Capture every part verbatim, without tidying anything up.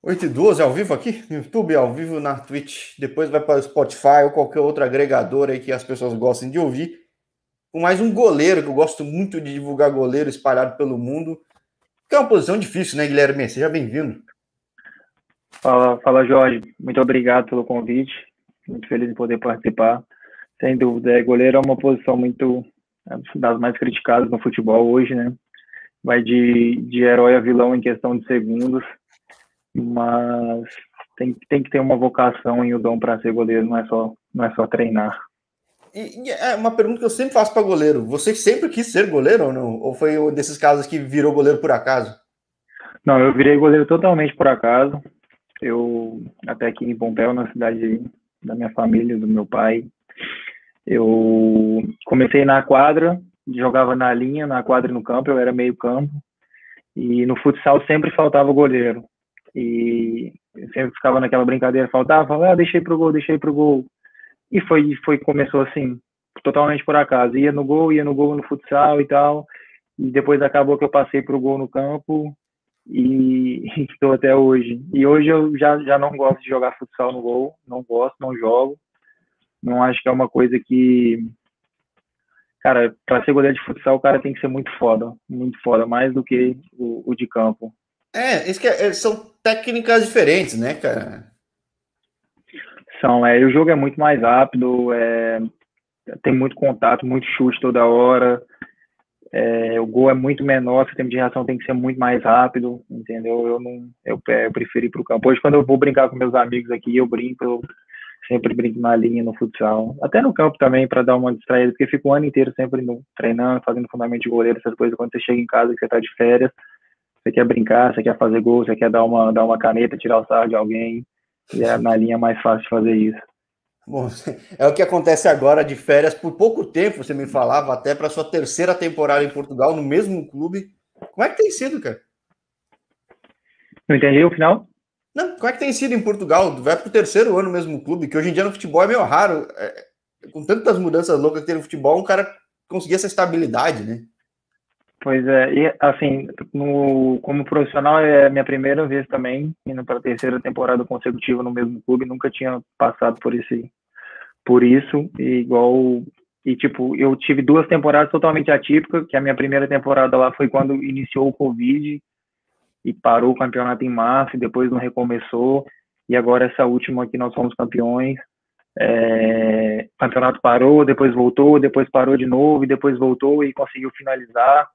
oito e doze ao vivo aqui no YouTube, ao vivo na Twitch. Depois vai para o Spotify ou qualquer outro agregador aí que as pessoas gostem de ouvir. Com mais um goleiro, que eu gosto muito de divulgar goleiro espalhado pelo mundo. Que é uma posição difícil, né, Guilherme? Seja bem-vindo. Fala, fala, Jorge. Muito obrigado pelo convite. Muito feliz em poder participar. Sem dúvida, é, goleiro é uma posição muito das mais criticadas no futebol hoje, né? Vai de, de herói a vilão em questão de segundos, mas tem, tem que ter uma vocação e o dom para ser goleiro, não é só, não é só treinar. E, e é uma pergunta que eu sempre faço para goleiro. Você sempre quis ser goleiro ou não? Ou foi um desses casos que virou goleiro por acaso? Não, eu virei goleiro totalmente por acaso. Eu, até aqui em Pompéu, na cidade da minha família, do meu pai, eu comecei na quadra, jogava na linha, na quadra e no campo, eu era meio campo, e no futsal sempre faltava goleiro. E eu sempre ficava naquela brincadeira, faltava, ah, deixei pro gol, deixei pro gol. E foi, foi começou assim, totalmente por acaso. Ia no gol, ia no gol no futsal e tal, e depois acabou que eu passei pro gol no campo, e estou até hoje. E hoje eu já, já não gosto de jogar futsal no gol, não gosto, não jogo. Não acho que é uma coisa que, cara, para ser goleiro de futsal, o cara tem que ser muito foda, muito foda, mais do que o, o de campo. É, isso que é, são técnicas diferentes, né, cara? São, é, o jogo é muito mais rápido, é, tem muito contato, muito chute toda hora, é, o gol é muito menor, o tempo de reação tem que ser muito mais rápido, entendeu? Eu não, eu, eu prefiro ir pro campo. Hoje, quando eu vou brincar com meus amigos aqui, eu brinco, eu sempre brinco na linha, no futsal. Até no campo também, para dar uma distraída, porque fico o ano inteiro sempre no, treinando, fazendo fundamento de goleiro, essas coisas. Quando você chega em casa, que você tá de férias, você quer brincar, você quer fazer gol, você quer dar uma, dar uma caneta, tirar o sarro de alguém. E é, na linha é mais fácil de fazer isso. Bom, é o que acontece agora de férias por pouco tempo, você me falava, até para sua terceira temporada em Portugal, no mesmo clube. Como é que tem sido, cara? Não entendi o final? Não, como é que tem sido em Portugal? Vai pro terceiro ano no mesmo clube, que hoje em dia no futebol é meio raro. É, com tantas mudanças loucas que tem no futebol, um cara conseguir essa estabilidade, né? Pois é, e assim, no, como profissional é a minha primeira vez também, indo para a terceira temporada consecutiva no mesmo clube, nunca tinha passado por esse, por isso, e igual, e tipo, eu tive duas temporadas totalmente atípicas, que a minha primeira temporada lá foi quando iniciou o Covid, e parou o campeonato em março, e depois não recomeçou, e agora essa última aqui nós fomos campeões, é, o campeonato parou, depois voltou, depois parou de novo, e depois voltou e conseguiu finalizar.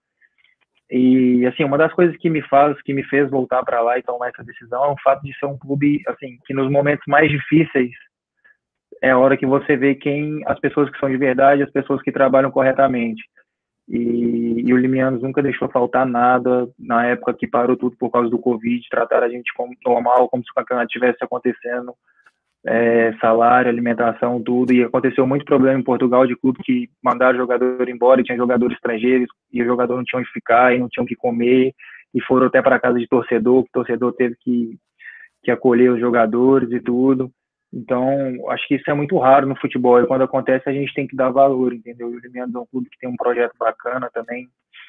E assim, uma das coisas que me faz, que me fez voltar para lá e tomar essa decisão é o fato de ser um clube assim, que nos momentos mais difíceis é a hora que você vê quem as pessoas que são de verdade, as pessoas que trabalham corretamente. E, e o Limianos nunca deixou faltar nada. Na época que parou tudo por causa do Covid, trataram a gente como normal, como se o campeonato estivesse acontecendo. É, salário, alimentação, tudo, e aconteceu muito problema em Portugal de clube que mandaram jogador embora e tinha jogadores estrangeiros e o jogador não tinha onde ficar e não tinha o que comer e foram até para casa de torcedor, que o torcedor teve que, que acolher os jogadores e tudo. Então, acho que isso é muito raro no futebol e quando acontece a gente tem que dar valor, entendeu? O Juliano é um clube que tem um projeto bacana também,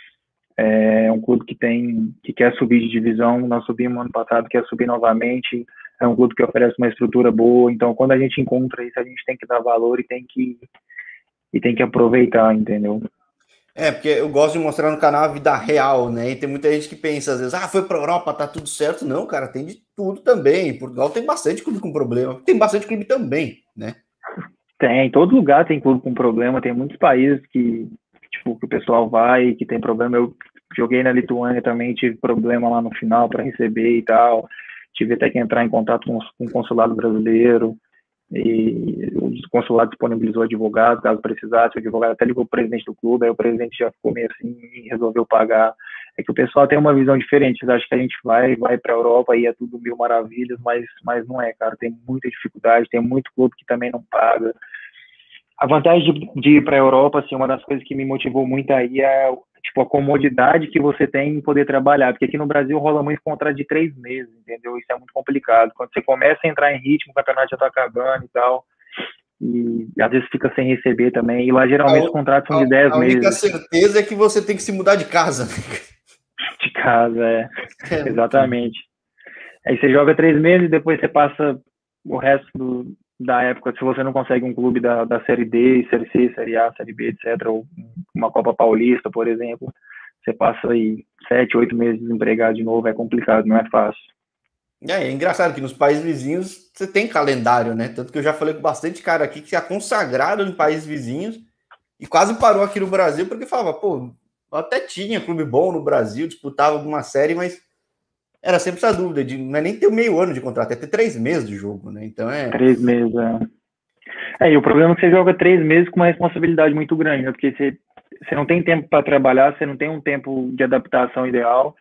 é um clube que tem que quer subir de divisão, nós subimos ano passado, quer subir novamente, é um clube que oferece uma estrutura boa, então quando a gente encontra isso, a gente tem que dar valor e tem que, e tem que aproveitar, entendeu? É, porque eu gosto de mostrar no canal a vida real, né? E tem muita gente que pensa, às vezes, ah, foi pra Europa, tá tudo certo. Não, cara, tem de tudo também. Em Portugal tem bastante clube com problema. Tem bastante clube também, né? Tem, em todo lugar tem clube com problema, tem muitos países que, tipo, que o pessoal vai, que tem problema. Eu joguei na Lituânia também, tive problema lá no final para receber e tal. Tive até que entrar em contato com, com o consulado brasileiro. E o consulado disponibilizou advogado, caso precisasse, o advogado até ligou para o presidente do clube, aí o presidente já ficou meio assim e resolveu pagar. É que o pessoal tem uma visão diferente, eles acham que a gente vai, vai para a Europa e é tudo mil maravilhas, mas, mas não é, cara, tem muita dificuldade, tem muito clube que também não paga. A vantagem de, de ir para a Europa, assim, uma das coisas que me motivou muito aí é tipo, a comodidade que você tem em poder trabalhar, porque aqui no Brasil rola muito contrato de três meses, entendeu? Isso é muito complicado. Quando você começa a entrar em ritmo, o campeonato já está acabando e tal, e às vezes fica sem receber também, e lá geralmente os contratos são de dez A, a única meses certeza é que você tem que se mudar de casa. de casa, é, É muito... exatamente. Aí você joga três meses, depois você passa o resto do, da época, se você não consegue um clube da, da Série D, Série C, Série A, Série B, etcétera, ou uma Copa Paulista, por exemplo, você passa aí sete, oito meses desempregado de novo, é complicado, não é fácil. É, é engraçado que nos países vizinhos você tem calendário, né? Tanto que eu já falei com bastante cara aqui que se consagraram em países vizinhos e quase parou aqui no Brasil porque falava, pô, até tinha clube bom no Brasil, disputava alguma série, mas era sempre essa dúvida de não é nem ter meio ano de contrato, é ter três meses de jogo, né? Então é. Três meses, é. É, e o problema é que você joga três meses com uma responsabilidade muito grande, né? Porque você, você não tem tempo para trabalhar, você não tem um tempo de adaptação ideal,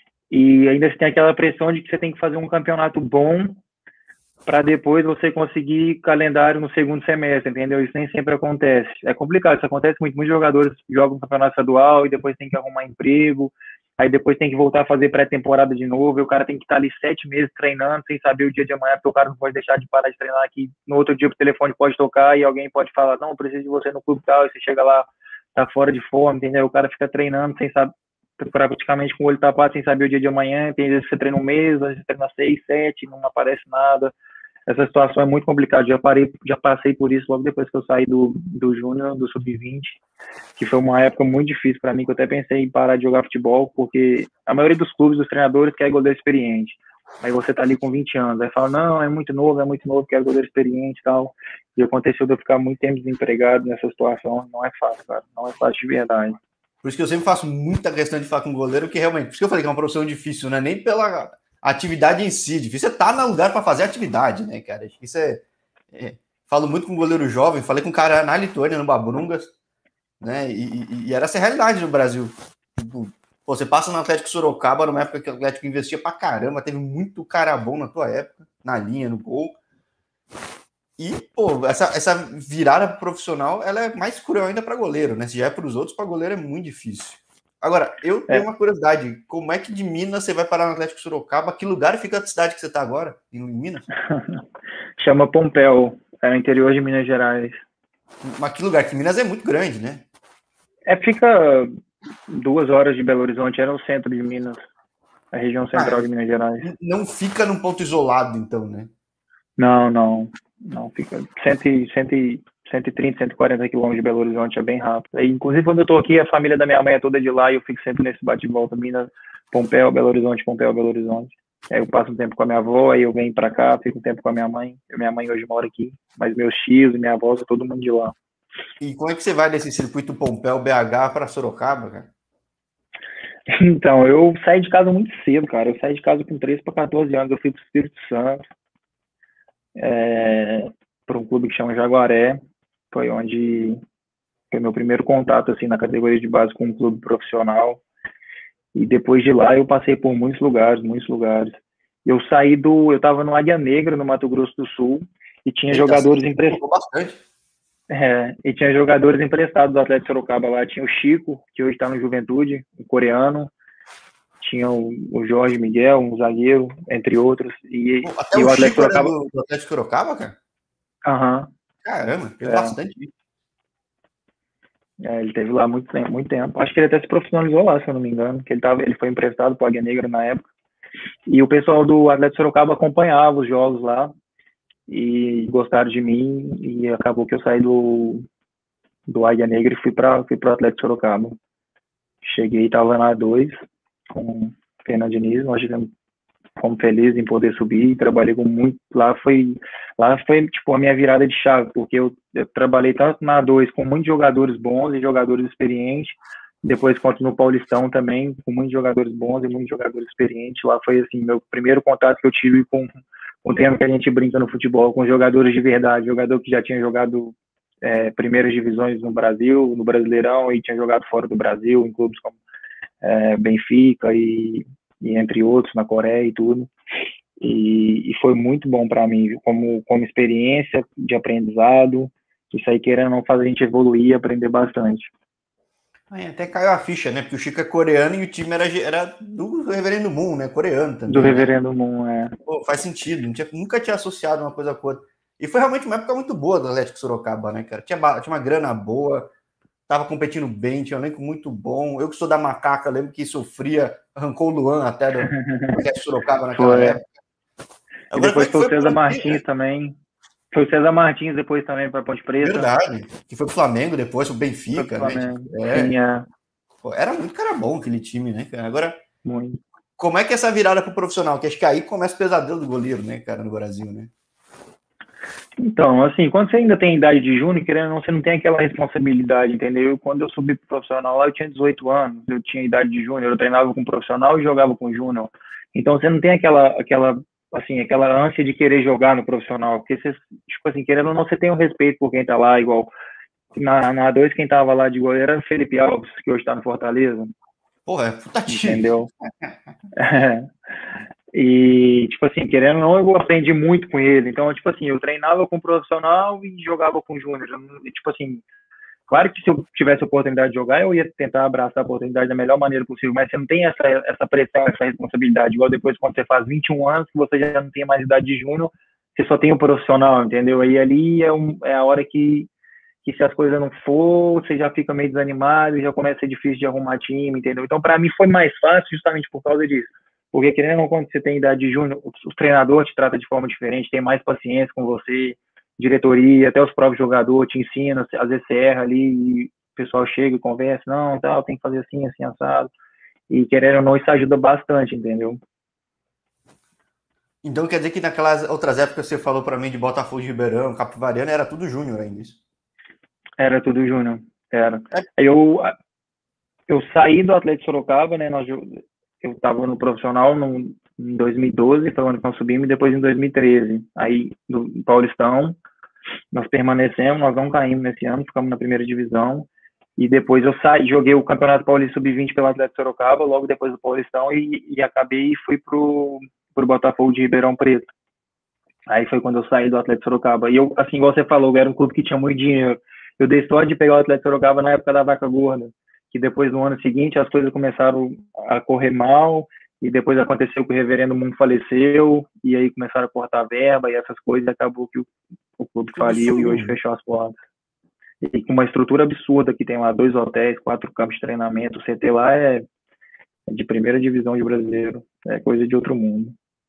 e ainda você tem aquela pressão de que você tem que fazer um campeonato bom para depois você conseguir calendário no segundo semestre, entendeu? Isso nem sempre acontece. É complicado, isso acontece muito. Muitos jogadores jogam campeonato estadual e depois tem que arrumar emprego, aí depois tem que voltar a fazer pré-temporada de novo, e o cara tem que estar ali sete meses treinando sem saber o dia de amanhã, porque o cara não pode deixar de parar de treinar aqui. No outro dia o telefone pode tocar e alguém pode falar, não, preciso de você no clube tal, e você chega lá, tá fora de forma, entendeu? O cara fica treinando sem saber, praticamente com o olho tapado, sem saber o dia de amanhã, tem vezes que você treina um mês, às vezes você treina seis, sete, não aparece nada. Essa situação é muito complicada, já, parei, já passei por isso logo depois que eu saí do, do Júnior, do sub vinte, que foi uma época muito difícil para mim, que eu até pensei em parar de jogar futebol, porque a maioria dos clubes, dos treinadores, quer goleiro experiente. Aí você tá ali com vinte anos, aí fala, não, é muito novo, é muito novo, quero goleiro experiente e tal. E aconteceu de eu ficar muito tempo desempregado nessa situação, não é fácil, cara, não é fácil de verdade. Por isso que eu sempre faço muita questão de falar com o goleiro, que realmente, por isso que eu falei que é uma profissão difícil, não é nem pela atividade em si, difícil é estar no lugar para fazer atividade, né, cara? Isso é, é. Falo muito com um goleiro jovem, falei com um cara na Lituânia, no Babrungas, né? E, e, e era essa a realidade no Brasil. Tipo, pô, você passa no Atlético Sorocaba, numa época que o Atlético investia pra caramba, teve muito cara bom na tua época, na linha, no gol. E, pô, essa, essa virada profissional, ela é mais cruel ainda para goleiro, né? Se já é para os outros, para goleiro é muito difícil. Agora, eu tenho é. uma curiosidade. Como é que de Minas você vai parar no Atlético Sorocaba? Que lugar fica a cidade que você está agora, em Minas? Chama Pompéu, é no interior de Minas Gerais. Mas que lugar? Que Minas é muito grande, né? É, fica duas horas de Belo Horizonte, era o centro de Minas, a região central ah, de Minas Gerais. Não fica num ponto isolado, então, né? Não, não. Não, fica cento e trinta, cento e quarenta quilômetros de Belo Horizonte, é bem rápido. E, inclusive, quando eu tô aqui, a família da minha mãe é toda de lá e eu fico sempre nesse bate-volta, Minas, Pompéu, Belo Horizonte, Pompéu, Belo Horizonte. Aí eu passo um tempo com a minha avó, aí eu venho pra cá, fico um tempo com a minha mãe. Minha mãe hoje mora aqui, mas meus tios e minha avó, todo mundo de lá. E como é que você vai desse circuito Pompéu, B H, para Sorocaba, cara? Então, eu saí de casa muito cedo, cara. Eu saí de casa com treze para quatorze anos, eu fui pro Espírito Santo. É, para um clube que chama Jaguaré, foi onde foi meu primeiro contato assim na categoria de base com um clube profissional. E depois de lá eu passei por muitos lugares, muitos lugares. Eu saí do, eu estava no Águia Negra, no Mato Grosso do Sul, e tinha Eita, jogadores emprestados. Bastante. É, e tinha jogadores emprestados do Atlético Sorocaba lá. Tinha o Chico, que hoje está no Juventude, um coreano. Tinha o, o Jorge Miguel, um zagueiro, entre outros. E, Pô, até e o, o Atlético Chico Sorocaba... do, do Atlético Sorocaba, cara? Aham. Uhum. Caramba, fez é. bastante. É, ele teve lá muito tempo, muito tempo. Acho que ele até se profissionalizou lá, se eu não me engano. Que ele, tava, ele foi emprestado para o Águia Negra na época. E o pessoal do Atlético Sorocaba acompanhava os jogos lá e gostaram de mim. E acabou que eu saí do, do Águia Negra e fui para fui o Atlético Sorocaba. Cheguei e estava na A dois com o Fernando Diniz. Nós tivemos, fomos felizes em poder subir. Trabalhei com muito. Lá foi, lá foi tipo, a minha virada de chave, porque eu, eu trabalhei tanto na A dois com muitos jogadores bons e jogadores experientes. Depois, quanto no Paulistão também, com muitos jogadores bons e muitos jogadores experientes. Lá foi, assim, meu primeiro contato que eu tive com o tempo que a gente brinca no futebol, com jogadores de verdade, jogador que já tinha jogado é, primeiras divisões no Brasil, no Brasileirão, e tinha jogado fora do Brasil, em clubes como é, Benfica e, e entre outros, na Coreia e tudo. E, e foi muito bom para mim, como, como experiência de aprendizado. Isso aí, querendo ou não, faz a gente evoluir e aprender bastante. Até caiu a ficha, né? Porque o Chico é coreano e o time era, era do Reverendo Moon, né? Coreano também. Do né? Reverendo Moon, é. Pô, faz sentido, não tinha, nunca tinha associado uma coisa com outra. E foi realmente uma época muito boa do Atlético Sorocaba, né, cara? Tinha, tinha uma grana boa, tava competindo bem, tinha um elenco muito bom. Eu que sou da Macaca, lembro que sofria, arrancou o Luan até do Atlético Sorocaba naquela foi. época. E depois foi o César Martins também. Foi o César Martins depois também para Ponte Preta. Verdade. Que foi pro Flamengo depois, pro Benfica, pro né? É. Sim, é. Pô, era muito cara bom aquele time, né, cara? Agora, muito. Como é que é essa virada pro profissional? Que acho que aí começa o pesadelo do goleiro, né, cara, no Brasil, né? Então, assim, quando você ainda tem idade de júnior, querendo ou não, você não tem aquela responsabilidade, entendeu? Quando eu subi pro profissional lá, eu tinha dezoito anos, eu tinha idade de júnior, eu treinava com profissional e jogava com júnior. Então, você não tem aquela, aquela, assim, aquela ânsia de querer jogar no profissional, porque você, tipo assim, querendo ou não, você tem um respeito por quem tá lá, igual na, na A dois, quem tava lá de goleiro era o Felipe Alves, que hoje tá no Fortaleza. Porra, é puta time. Entendeu? É. E, tipo assim, querendo ou não, eu aprendi muito com ele. Então, tipo assim, eu treinava com profissional e jogava com júnior. Tipo assim, claro que se eu tivesse a oportunidade de jogar, eu ia tentar abraçar a oportunidade da melhor maneira possível, mas você não tem essa, essa pressão, essa responsabilidade. Igual depois, quando você faz vinte e um anos, que você já não tem mais idade de júnior, você só tem o profissional, entendeu? Aí ali é, um, é a hora que, que se as coisas não for, você já fica meio desanimado, já começa a ser difícil de arrumar time, entendeu? Então, para mim, foi mais fácil justamente por causa disso. Porque, querendo ou não, quando você tem idade de júnior, o treinador te trata de forma diferente, tem mais paciência com você, diretoria, até os próprios jogadores te ensinam, às vezes você erra ali e o pessoal chega e conversa, não, tal, tem que fazer assim, assim, assado. E, querendo ou não, isso ajuda bastante, entendeu? Então quer dizer que naquelas outras épocas que você falou para mim de Botafogo de Ribeirão, Capivariano, era tudo júnior ainda isso? Era tudo júnior, era. É. Eu, eu saí do Atlético Sorocaba, né, nós eu estava no profissional no, em dois mil e doze, foi o ano que nós subimos, e depois em dois mil e treze. Aí, no Paulistão, nós permanecemos, nós não caímos nesse ano, ficamos na primeira divisão. E depois eu saí, joguei o Campeonato Paulista sub vinte pelo Atlético Sorocaba, logo depois do Paulistão, e, e acabei e fui pro, pro Botafogo de Ribeirão Preto. Aí foi quando eu saí do Atlético Sorocaba. E eu, assim, igual você falou, era um clube que tinha muito dinheiro. Eu dei sorte de pegar o Atlético Sorocaba na época da vaca gorda, que depois no ano seguinte as coisas começaram a correr mal, e depois aconteceu que o reverendo mundo faleceu, e aí começaram a cortar a verba e essas coisas, e acabou que o, o clube faliu e hoje fechou as portas. E com uma estrutura absurda que tem lá, dois hotéis, quatro campos de treinamento, o C T lá é de primeira divisão de brasileiro, é coisa de outro mundo.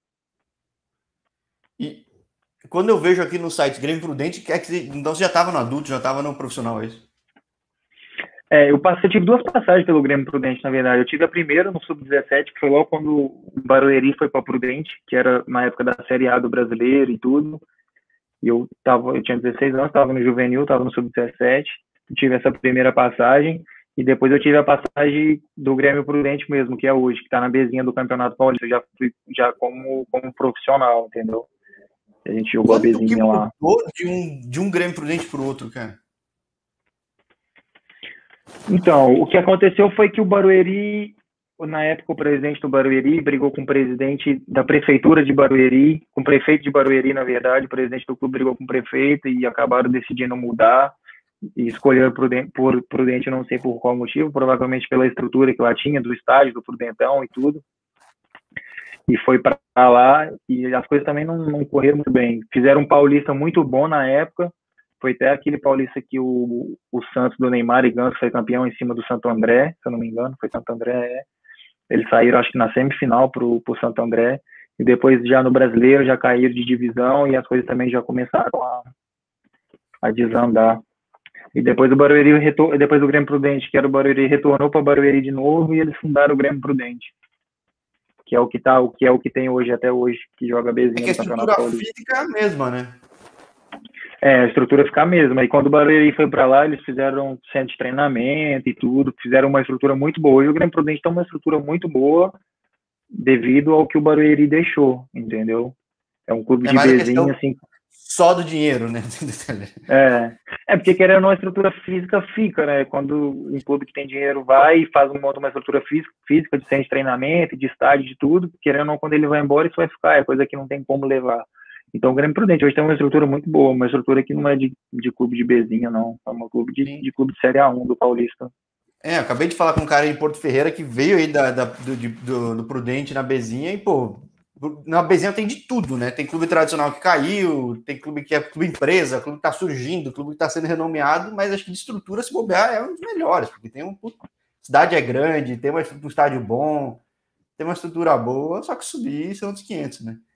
E quando eu vejo aqui no site Grêmio Prudente, é que então você já estava no adulto, já estava no profissional, é isso? É, eu, passei, eu tive duas passagens pelo Grêmio Prudente, na verdade. Eu tive a primeira no sub dezessete, que foi logo quando o Barueri foi para Prudente, que era na época da Série A do Brasileiro e tudo. E eu, tava, eu tinha dezesseis anos, estava no juvenil, estava no sub dezessete. Tive essa primeira passagem. E depois eu tive a passagem do Grêmio Prudente mesmo, que é hoje, que está na bezinha do Campeonato Paulista. Eu já fui já como, como profissional, entendeu? A gente jogou Quanto a bezinha que lá. mudou de um, de um Grêmio Prudente para o outro, cara? Então, o que aconteceu foi que o Barueri, na época o presidente do Barueri brigou com o presidente da prefeitura de Barueri, com o prefeito de Barueri, na verdade, o presidente do clube brigou com o prefeito e acabaram decidindo mudar e escolheram Prudente, por Prudente, não sei por qual motivo, provavelmente pela estrutura que lá tinha, do estádio, do Prudentão e tudo. E foi para lá e as coisas também não, não correram muito bem. Fizeram um paulista muito bom na época. Foi até aquele paulista que o, o Santos do Neymar e Ganso foi campeão em cima do Santo André, se eu não me engano, foi Santo André. É. Eles saíram, acho que na semifinal para o Santo André. E depois, já no Brasileiro, já caíram de divisão e as coisas também já começaram a, a desandar. E depois o Barueri, retor... depois o Grêmio Prudente, que era o Barueri, retornou para o Barueri de novo e eles fundaram o Grêmio Prudente, que é o que, tá, o que é o que tem hoje, até hoje, que joga bezinha é que a no Campeonato Paulista. A estrutura física é a mesma, né? É, a estrutura fica a mesma. E quando o Barueri foi para lá, eles fizeram um centro de treinamento e tudo, fizeram uma estrutura muito boa. Hoje o Grêmio Prudente tem uma estrutura muito boa devido ao que o Barueri deixou, entendeu? É um clube é de bezinha, assim. Só do dinheiro, né? é, é porque querendo ou não, a estrutura física fica, né? Quando um clube que tem dinheiro vai e faz uma, uma estrutura física, física de centro de treinamento, de estádio, de tudo, querendo ou não, quando ele vai embora, isso vai ficar, é coisa que não tem como levar. Então o Grêmio Prudente hoje tem uma estrutura muito boa, uma estrutura que não é de, de clube de bezinha, não. É uma clube de, de clube de Série A um do Paulista. É, eu acabei de falar com um cara em Porto Ferreira que veio aí da, da do, do, do Prudente na bezinha e, pô, na bezinha tem de tudo, né? Tem clube tradicional que caiu, tem clube que é clube empresa, clube que tá surgindo, clube que tá sendo renomeado, mas acho que de estrutura, se bobear, é um dos melhores, porque tem um... cidade é grande, tem uma, um estádio bom, tem uma estrutura boa, só que subir são outros quinhentos, né?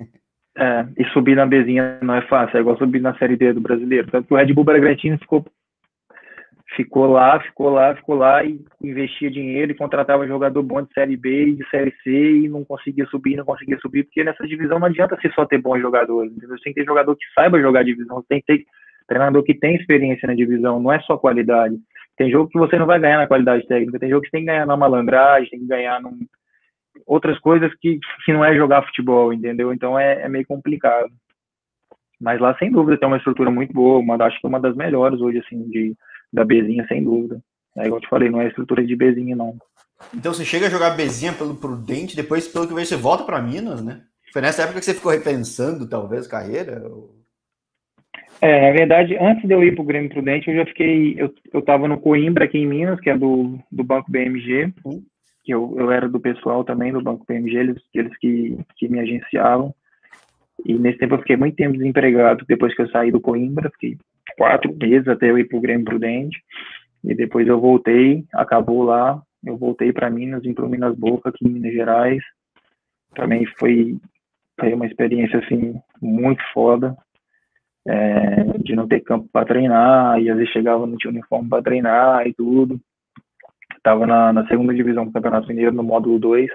É, e subir na Bzinha não é fácil, é igual subir na Série D do Brasileiro. Tanto que o Red Bull Bragantino ficou, ficou lá, ficou lá, ficou lá e investia dinheiro e contratava jogador bom de Série B e de Série C e não conseguia subir, não conseguia subir, porque nessa divisão não adianta ser só ter bons jogadores, entendeu? Você tem que ter jogador que saiba jogar divisão, você tem que ter treinador que tem experiência na divisão, não é só qualidade. Tem jogo que você não vai ganhar na qualidade técnica, tem jogo que você tem que ganhar na malandragem, tem que ganhar num... outras coisas que, que não é jogar futebol, entendeu? Então é, é meio complicado. Mas lá, sem dúvida, tem uma estrutura muito boa, uma, acho que uma das melhores hoje, assim, de, da Bzinha, sem dúvida. É igual eu te falei, não é estrutura de Bzinha, não. Então você chega a jogar Bzinha pelo Prudente, depois, pelo que vejo, você volta para Minas, né? Foi nessa época que você ficou repensando, talvez, carreira? Ou... É, na verdade, antes de eu ir para o Grêmio Prudente, eu já fiquei, eu, eu tava no Coimbra, aqui em Minas, que é do, do Banco B M G, hum. que eu, eu era do pessoal também do Banco B M G, eles, eles que, que me agenciavam. E nesse tempo eu fiquei muito tempo desempregado, depois que eu saí do Coimbra, fiquei quatro meses até eu ir para o Grêmio Prudente, e depois eu voltei, acabou lá, eu voltei para Minas, vim para o Minas Boca, aqui em Minas Gerais. Também foi, foi uma experiência, assim, muito foda. É, de não ter campo para treinar, e às vezes chegava, não tinha uniforme para treinar e tudo. Estava na, na segunda divisão do Campeonato Mineiro, no módulo dois.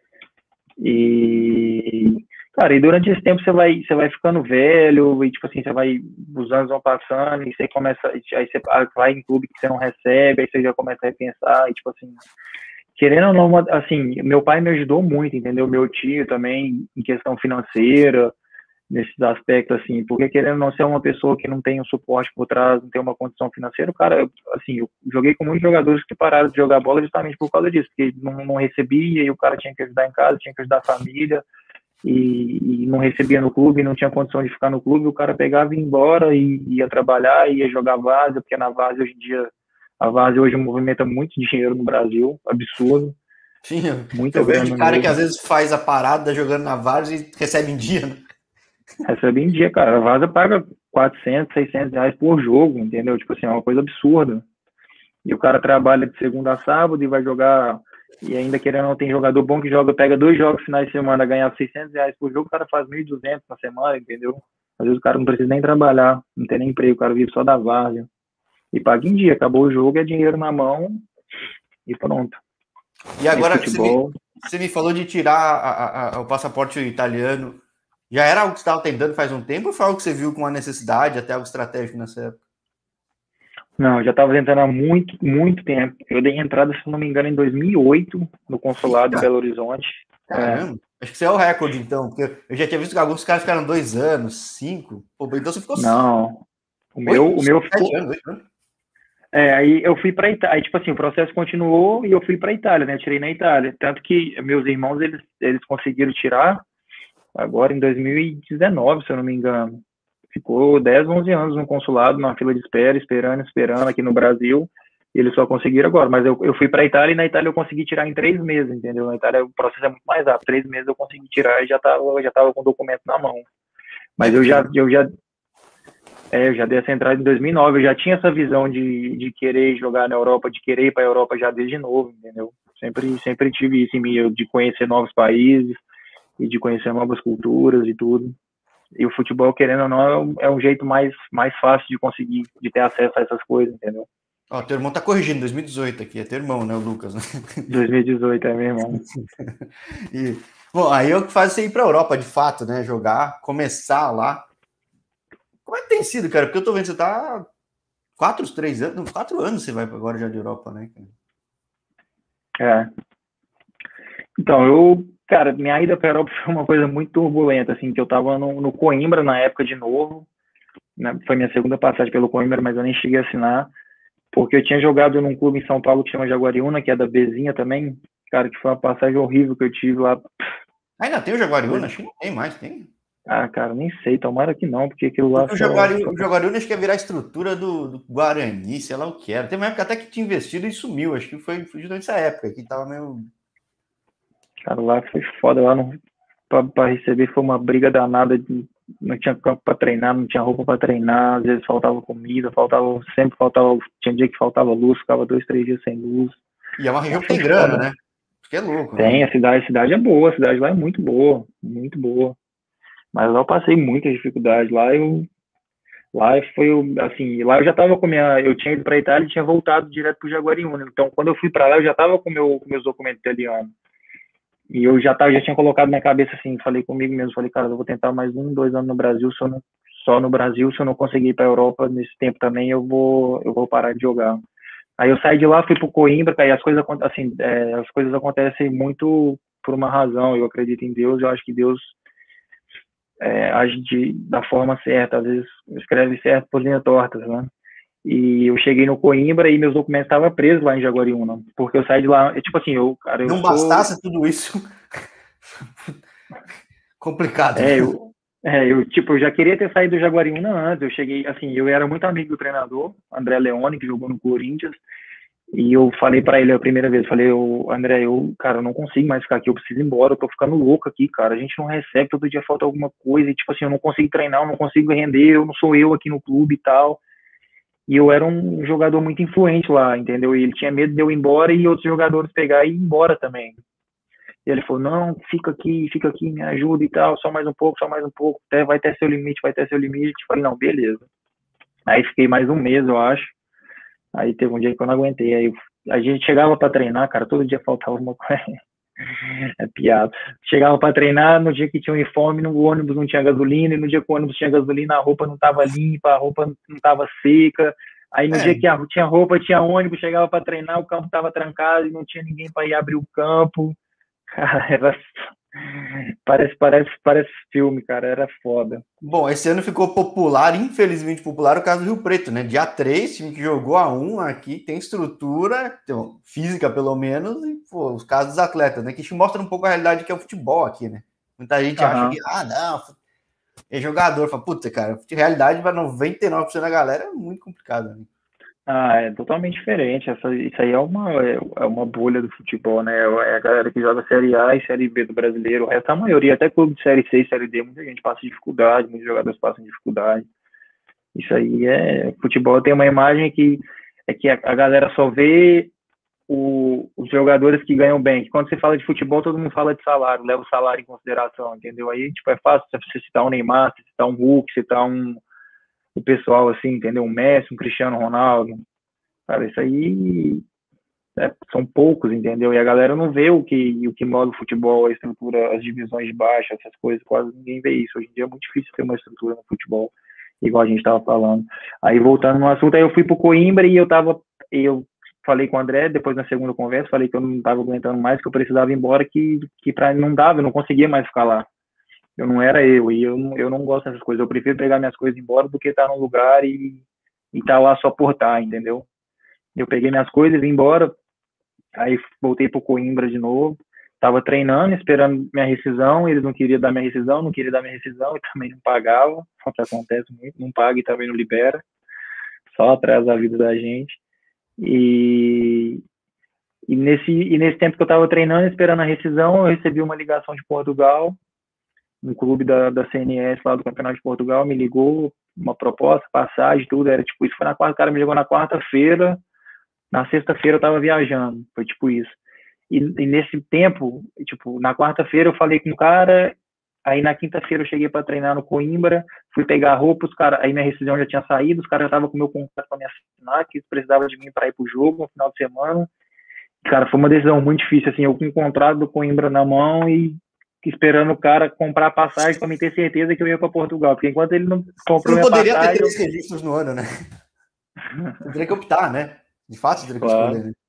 E, cara, e durante esse tempo você vai, você vai ficando velho, e tipo assim, você vai, os anos vão passando, e você começa, aí você vai em clube que você não recebe, aí você já começa a repensar, e tipo assim, querendo ou não, assim, meu pai me ajudou muito, entendeu? Meu tio também, em questão financeira, nesses aspectos, assim, porque querendo não ser uma pessoa que não tem um suporte por trás, não tem uma condição financeira, o cara, assim, eu joguei com muitos jogadores que pararam de jogar bola justamente por causa disso, porque não, não recebia e o cara tinha que ajudar em casa, tinha que ajudar a família, e, e não recebia no clube, não tinha condição de ficar no clube, o cara pegava e ia embora, e ia trabalhar, ia jogar várzea, porque na várzea hoje em dia, a várzea hoje movimenta muito dinheiro no Brasil, absurdo. Sim, muita eu vejo de cara mesmo. que às vezes faz a parada jogando na várzea e recebe em dia, né? Recebe em dia, cara. A Vaza paga quatrocentos, seiscentos reais por jogo, entendeu? Tipo assim, é uma coisa absurda. E o cara trabalha de segunda a sábado e vai jogar, e ainda querendo não tem jogador bom que joga, pega dois jogos finais de semana, ganhar seiscentos reais por jogo, o cara faz mil e duzentos na semana, entendeu? Às vezes o cara não precisa nem trabalhar, não tem nem emprego, o cara vive só da várzea. E paga em dia, acabou o jogo, é dinheiro na mão e pronto. E agora, você me, você me falou de tirar a, a, a, o passaporte italiano. Já era algo que você estava tentando faz um tempo ou foi algo que você viu com uma necessidade, até algo estratégico nessa época? Não, eu já estava tentando há muito, muito tempo. Eu dei entrada, se não me engano, em dois mil e oito, no consulado em Belo Horizonte. Caramba, é. Acho que você é o recorde, então, porque eu já tinha visto que alguns caras ficaram dois anos, cinco. Pô, então você ficou Não, o meu, oito, o meu ficou... anos, oito anos. É, aí eu fui para Itália, aí, tipo assim, o processo continuou e eu fui para Itália, né? Eu tirei na Itália. Tanto que meus irmãos, eles, eles conseguiram tirar agora em dois mil e dezenove, se eu não me engano. Ficou dez, onze anos no consulado, na fila de espera, esperando, esperando aqui no Brasil. E eles só conseguiram agora. Mas eu, eu fui para a Itália e na Itália eu consegui tirar em três meses, entendeu? Na Itália o processo é muito mais rápido. Três meses eu consegui tirar e já estava já tava com o documento na mão. Mas eu já, eu já, é, eu já dei essa entrada em dois mil e nove. Eu já tinha essa visão de, de querer jogar na Europa, de querer ir para a Europa já desde novo, entendeu? Sempre, sempre tive isso em mim, de conhecer novos países e de conhecer novas culturas e tudo. E o futebol, querendo ou não, é um jeito mais, mais fácil de conseguir, de ter acesso a essas coisas, entendeu? Ó, teu irmão tá corrigindo, dois mil e dezoito aqui, é teu irmão, né, o Lucas, né? dois mil e dezoito, é meu irmão. E, bom, aí é o que faz você ir pra Europa, de fato, né, jogar, começar lá. Como é que tem sido, cara? Porque eu tô vendo que você tá quatro, três anos, não, quatro anos você vai agora já de Europa, né? É. Então, eu, cara, minha ida pra Europa foi uma coisa muito turbulenta, assim, que eu tava no, no Coimbra na época de novo, né? Foi minha segunda passagem pelo Coimbra, mas eu nem cheguei a assinar, porque eu tinha jogado num clube em São Paulo que chama Jaguariúna, que é da Bzinha também, cara, que foi uma passagem horrível que eu tive lá. Ainda tem o Jaguariúna? Acho que não tem mais, tem? Ah, cara, nem sei, tomara que não, porque aquilo lá... Porque o Jaguariúna, o Jaguariúna acho que ia virar a estrutura do, do Guarani, sei lá o que era. Tem uma época até que tinha investido e sumiu, acho que foi, foi justamente essa época, que tava meio... Cara, lá foi foda, lá não, pra, pra receber foi uma briga danada, de, não tinha campo pra treinar, não tinha roupa pra treinar, às vezes faltava comida, faltava, sempre faltava, tinha dia que faltava luz, ficava dois, três dias sem luz. E é uma região que tem grana, né? Acho que é louco. Tem, né? a cidade, a cidade é boa, a cidade lá é muito boa, muito boa. Mas lá eu passei muita dificuldade. Lá eu Lá foi o- assim, lá eu já tava com minha, eu tinha ido para Itália e tinha voltado direto pro Jaguariúna. Então, quando eu fui para lá, eu já tava com meu, com meus documentos italianos. E eu já tava, já tinha colocado na minha cabeça assim, falei comigo mesmo, falei, cara, eu vou tentar mais um, dois anos no Brasil, se eu não, só no Brasil, se eu não conseguir ir para Europa nesse tempo também, eu vou, eu vou parar de jogar. Aí eu saí de lá, fui pro Coimbra, aí as coisas, acon- assim, é, as coisas acontecem muito por uma razão. Eu acredito em Deus, eu acho que Deus é, age de, da forma certa, às vezes escreve certo por linhas tortas, né? E eu cheguei no Coimbra e meus documentos estavam presos lá em Jaguariúna, porque eu saí de lá, é, tipo assim, eu, cara, eu Não sou, bastasse tudo isso, complicado. é, eu, é, eu, tipo, eu já queria ter saído do Jaguariúna antes, eu cheguei, assim, eu era muito amigo do treinador, André Leone, que jogou no Corinthians, e eu falei para ele a primeira vez, falei, eu, André, eu, cara, eu não consigo mais ficar aqui, eu preciso ir embora, eu tô ficando louco aqui, cara, a gente não recebe, todo dia falta alguma coisa, e tipo assim, eu não consigo treinar, eu não consigo render, eu não sou eu aqui no clube e tal. E eu era um jogador muito influente lá, entendeu? E ele tinha medo de eu ir embora e outros jogadores pegar e ir embora também. E ele falou, não, fica aqui, fica aqui, me ajuda e tal, só mais um pouco, só mais um pouco, até vai ter seu limite, vai ter seu limite. Eu falei, não, beleza. Aí fiquei mais um mês, eu acho. Aí teve um dia que eu não aguentei. Aí eu, a gente chegava para treinar, cara, todo dia faltava uma coisa. É piada. Chegava para treinar, no dia que tinha uniforme, no ônibus não tinha gasolina, e no dia que o ônibus tinha gasolina, a roupa não estava limpa, a roupa não estava seca. Aí no dia É, que tinha roupa, tinha ônibus, chegava para treinar, o campo estava trancado e não tinha ninguém para ir abrir o campo. Cara, era... parece, parece, parece filme, cara, era foda. bom, esse ano ficou popular, infelizmente popular, o caso do Rio Preto, né? Dia três, time que jogou a um aqui, tem estrutura, tem, física pelo menos, e pô, os casos dos atletas, né? Que isso mostra um pouco a realidade que é o futebol aqui, né? Muita gente acha que, Aham. ah, não, é jogador. Fala, puta, cara, de realidade para noventa e nove por cento da galera é muito complicado, né? Ah, é totalmente diferente. Essa, isso aí é uma, é, é uma bolha do futebol, né? É a galera que joga Série A e Série B do brasileiro. O resto, a maioria, até clube de Série C e Série D, muita gente passa dificuldade, muitos jogadores passam dificuldade. Isso aí é. Futebol tem uma imagem que é que a, a galera só vê o, os jogadores que ganham bem. Que quando você fala de futebol, todo mundo fala de salário, leva o salário em consideração, entendeu? Aí, tipo, é fácil você citar um Neymar, você citar um Hulk, citar um. O pessoal assim, entendeu? Um Messi, um Cristiano Ronaldo. Cara, isso aí é, são poucos, entendeu? E a galera não vê o que, o que move o futebol, a estrutura, as divisões de baixo, essas coisas, quase ninguém vê isso. Hoje em dia é muito difícil ter uma estrutura no futebol, igual a gente estava falando. Aí, voltando no assunto, aí eu fui pro Coimbra e eu tava, eu falei com o André, depois na segunda conversa, falei que eu não estava aguentando mais, que eu precisava ir embora, que, que pra, não dava, eu não conseguia mais ficar lá. Eu não era eu, e eu, não- eu não gosto dessas coisas. Eu prefiro pegar minhas coisas e ir embora do que estar num lugar e estar lá só por estar, entendeu? Eu peguei minhas coisas e vim embora, aí voltei pro Coimbra de novo. Tava treinando, esperando minha rescisão, eles não queriam dar minha rescisão, não queriam dar minha rescisão e também não pagavam, o que acontece muito, não paga e também não libera, só atrasa a vida da gente. E, e, nesse, e nesse tempo que eu tava treinando, esperando a rescisão, eu recebi uma ligação de Portugal, um clube da, da C N S lá do Campeonato de Portugal, me ligou, uma proposta, passagem, tudo, era tipo, isso foi na quarta, o cara me ligou na quarta-feira, na sexta-feira eu tava viajando, foi tipo isso. E, e nesse tempo, tipo, na quarta-feira eu falei com o cara, aí na quinta-feira eu cheguei para treinar no Coimbra, fui pegar roupa, os cara, aí minha rescisão já tinha saído, os caras já estavam com o meu contrato para me assinar, que precisava de mim para ir pro jogo no final de semana. Cara, foi uma decisão muito difícil, assim, eu com o contrato do Coimbra na mão e esperando o cara comprar a passagem para me ter certeza que eu ia para Portugal, porque enquanto ele não Você comprou não minha poderia ter passagem, eu... três registros no ano, né? Você teria que optar, né? De fato, você teria que Claro. escolher, né?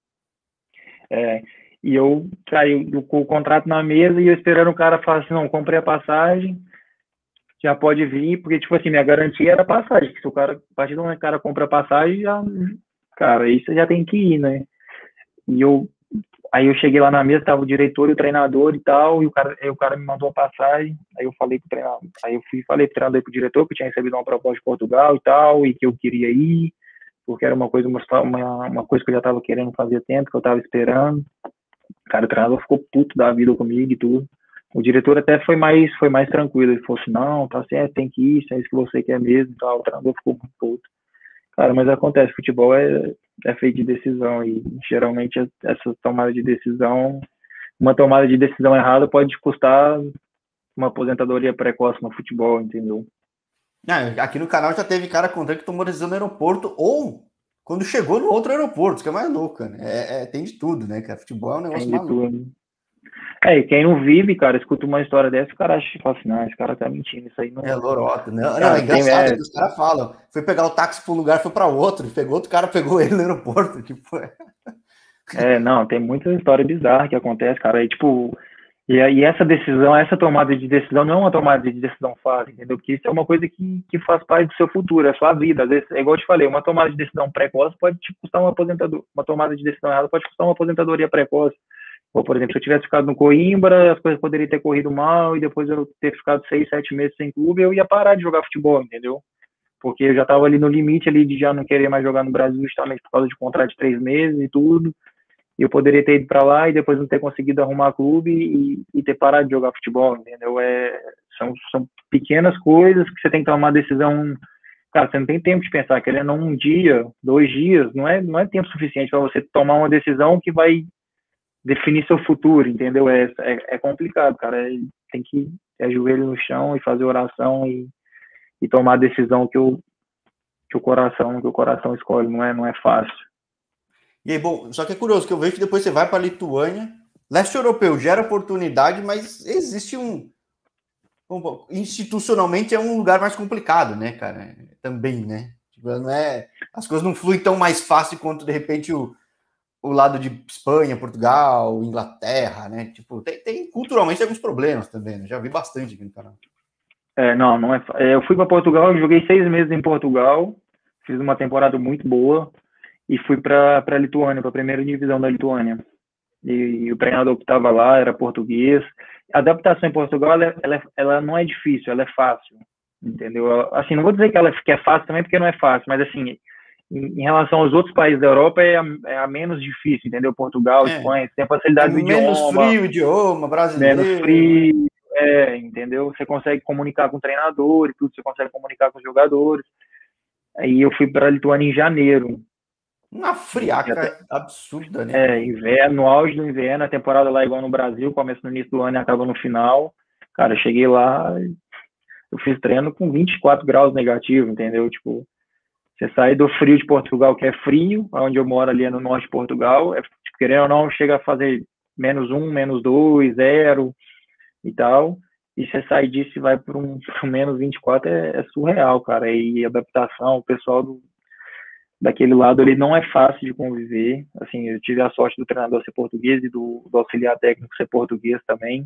É, e eu caí com o contrato na mesa e eu esperando o cara falar assim, não, comprei a passagem, já pode vir, porque, tipo assim, minha garantia era a passagem, que se o cara, a partir do momento que o cara compra a passagem, já, cara, aí você já tem que ir, né? E eu, aí eu cheguei lá na mesa, tava o diretor e o treinador e tal, e o cara, aí o cara me mandou a passagem, aí eu falei pro treinador, aí eu fui falei pro treinador e pro diretor que eu tinha recebido uma proposta de Portugal e tal, e que eu queria ir, porque era uma coisa, uma, uma coisa que eu já tava querendo fazer tempo, que eu tava esperando. Cara, o treinador ficou puto da vida comigo e tudo. O diretor até foi mais, foi mais tranquilo. Ele falou assim, não, tá certo, tem que ir, se é isso que você quer mesmo. Tal. O treinador ficou muito puto. Cara, mas acontece, futebol é, é feito de decisão e geralmente essa tomada de decisão, uma tomada de decisão errada pode te custar uma aposentadoria precoce no futebol, entendeu? Ah, aqui no canal já teve cara contando que tomou decisão no aeroporto ou quando chegou no outro aeroporto, isso que é mais louco, né? É, é, tem de tudo, né, cara? Futebol é um Tem negócio de maluco. tudo. É, e quem não vive, cara, escuta uma história dessa, o cara acha que fala assim, não, esse cara tá mentindo, isso aí É não. lorota, né? Não, é Cara, tem, engraçado é, que os caras falam. Foi pegar o táxi para um lugar, foi para outro. Pegou outro cara, pegou ele no aeroporto. Tipo, é. é, não, tem muita história bizarra que acontece, cara. E, tipo, e, e essa decisão, essa tomada de decisão não é uma tomada de decisão fácil, entendeu? Porque isso é uma coisa que, que faz parte do seu futuro, é a sua vida. Às vezes, é igual eu te falei, uma tomada de decisão precoce pode te custar uma aposentadoria, uma tomada de decisão errada pode custar uma aposentadoria precoce. Ou, por exemplo, se eu tivesse ficado no Coimbra, as coisas poderiam ter corrido mal e depois eu ter ficado seis, sete meses sem clube, eu ia parar de jogar futebol, entendeu? Porque eu já estava ali no limite ali de já não querer mais jogar no Brasil justamente por causa de contrato de três meses e tudo. E eu poderia ter ido para lá e depois não ter conseguido arrumar clube e, e ter parado de jogar futebol, entendeu? É, são, são pequenas coisas que você tem que tomar uma decisão. Cara, você não tem tempo de pensar, querendo um dia, dois dias, não é, não é tempo suficiente para você tomar uma decisão que vai definir seu futuro, entendeu? É, é, é complicado, cara. É, tem que ter joelho no chão e fazer oração e, e tomar a decisão que o, que o coração que o coração escolhe. Não é, não é fácil. E aí, bom, só que é curioso que eu vejo que depois você vai para a Lituânia. Leste europeu gera oportunidade, mas existe um, um. Institucionalmente é um lugar mais complicado, né, cara? Também, né? Tipo, não é, as coisas não fluem tão mais fácil quanto, de repente, o, o lado de Espanha, Portugal, Inglaterra, né? Tipo, tem, tem culturalmente alguns problemas também, né? Já vi bastante aqui no canal. É, não, não é. é eu fui para Portugal, joguei seis meses em Portugal, fiz uma temporada muito boa e fui para a Lituânia, para a primeira divisão da Lituânia. E, e o treinador que estava lá era português. A adaptação em Portugal, ela, ela, ela não é difícil, ela é fácil, entendeu? Assim, não vou dizer que ela que é fácil também, porque não é fácil, mas assim, em, em relação aos outros países da Europa, é a, é a menos difícil, entendeu? Portugal, É, Espanha, tem a é facilidade do menos idioma, frio o idioma menos brasileiro, né? frio, é, entendeu? Você consegue comunicar com o treinador e tudo, você consegue comunicar com os jogadores. Aí eu fui para a Lituânia em janeiro. Uma E até, friaca absurda, né, cara? é, inverno, no auge do inverno, a temporada lá igual no Brasil, começa no início do ano e acaba no final. Cara, eu cheguei lá, eu fiz treino com vinte e quatro graus negativo, entendeu? Tipo, você sai do frio de Portugal, que é frio, onde eu moro ali é no norte de Portugal, é, tipo, querendo ou não, chega a fazer menos um, menos dois, zero e tal. E você sai disso e vai para um, um menos vinte e quatro, é, é surreal, cara. E adaptação, o pessoal do, daquele lado ele não é fácil de conviver. Assim, eu tive a sorte do treinador ser português e do, do auxiliar técnico ser português também.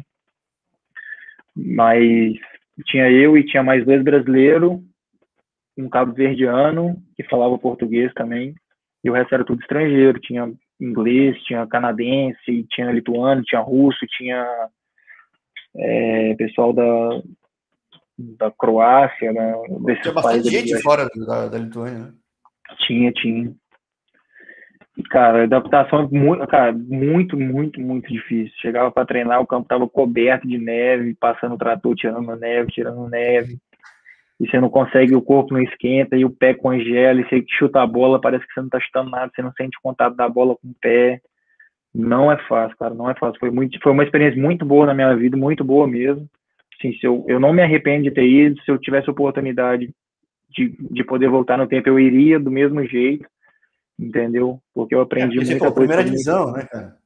Mas tinha eu e tinha mais dois brasileiros, um cabo-verdiano que falava português também, e o resto era tudo estrangeiro. Tinha inglês, tinha canadense, tinha lituano, tinha russo, tinha é, pessoal da, da Croácia, né, Tinha desses bastante países ali. gente fora da, da Lituânia, né? Tinha, tinha. Cara, a adaptação é muito, cara, muito, muito, muito difícil. Chegava para treinar, o campo tava coberto de neve, passando o trator, tirando neve, tirando neve. E você não consegue, o corpo não esquenta, e o pé congela, e você chuta a bola, parece que você não tá chutando nada, você não sente o contato da bola com o pé. Não é fácil, cara, não é fácil. Foi, muito, foi uma experiência muito boa na minha vida, muito boa mesmo. Assim, se eu, eu não me arrependo de ter ido, se eu tivesse oportunidade de, de poder voltar no tempo, eu iria do mesmo jeito, entendeu? Porque eu É, aprendi porque você muita falou, coisa primeira sobre mim. divisão, né, cara?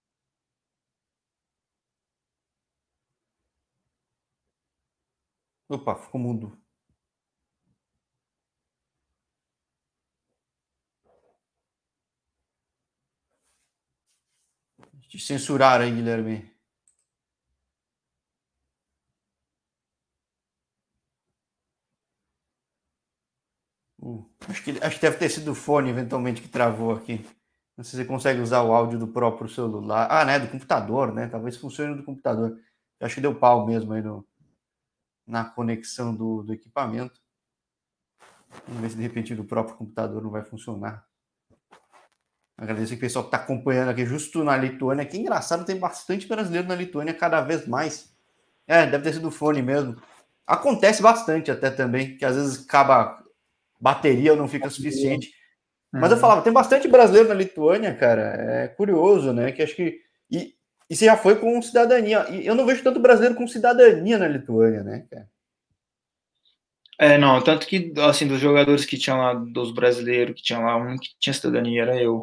Opa, ficou mudo. Te censuraram aí, Guilherme. Uh, acho, que, acho que deve ter sido o fone, eventualmente, que travou aqui. Não sei se você consegue usar o áudio do próprio celular. Ah, né? Do computador, né? Talvez funcione do computador. Eu acho que deu pau mesmo aí no, na conexão do, do equipamento. Vamos ver se de repente do próprio computador não vai funcionar. Agradeço o pessoal que está acompanhando aqui, justo na Lituânia. Que engraçado, tem bastante brasileiro na Lituânia, cada vez mais. É, deve ter sido o fone mesmo. Acontece bastante até também, que às vezes acaba bateria ou não fica suficiente. Mas eu Uhum. falava, tem bastante brasileiro na Lituânia, cara. É curioso, né? Que acho que. E E você já foi com cidadania. E eu não vejo tanto brasileiro com cidadania na Lituânia, né, cara? É, não, tanto que, assim, dos jogadores que tinham lá, dos brasileiros que tinham lá, um que tinha cidadania era eu.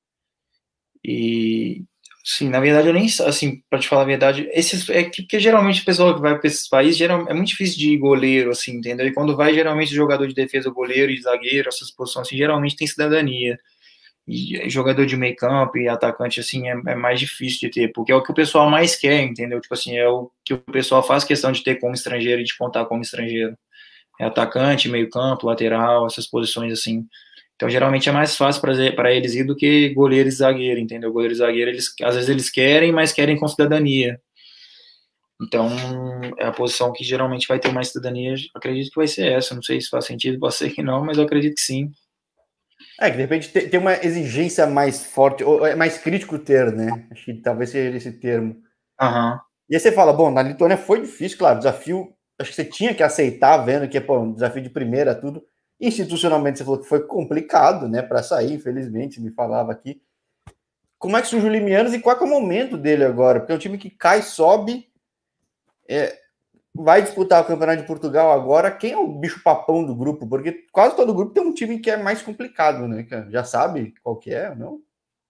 E, sim, na verdade, eu nem, assim, pra te falar a verdade, esses, é que, porque geralmente o pessoal que vai para esses países, geral, é muito difícil de ir goleiro, assim, entendeu? E quando vai, geralmente, jogador de defesa, goleiro e zagueiro, essas posições, assim, geralmente tem cidadania. E jogador de meio campo e atacante, assim, é, é mais difícil de ter, porque é o que o pessoal mais quer, entendeu? Tipo assim, é o que o pessoal faz questão de ter como estrangeiro e de contar como estrangeiro. É atacante, meio campo, lateral, essas posições assim. Então, geralmente é mais fácil para eles ir do que goleiro e zagueiro, entendeu? Goleiro e zagueiro, eles, às vezes eles querem, mas querem com cidadania. Então, é a posição que geralmente vai ter mais cidadania. Acredito que vai ser essa. Não sei se faz sentido, pode ser que não, mas eu acredito que sim. É, que de repente tem uma exigência mais forte, ou é mais crítico ter, né? Acho que talvez seja esse termo. Aham. E aí você fala, bom, na Lituânia foi difícil, claro, desafio, acho que você tinha que aceitar, vendo que é pô, um desafio de primeira, tudo. Institucionalmente você falou que foi complicado, né, para sair, infelizmente, me falava aqui. Como é que surge o Limianos e qual é, o momento dele agora? Porque é um time que cai, sobe, é, vai disputar o Campeonato de Portugal agora. Quem é o bicho papão do grupo? Porque quase todo grupo tem um time que é mais complicado, né? Já sabe qual que é, não?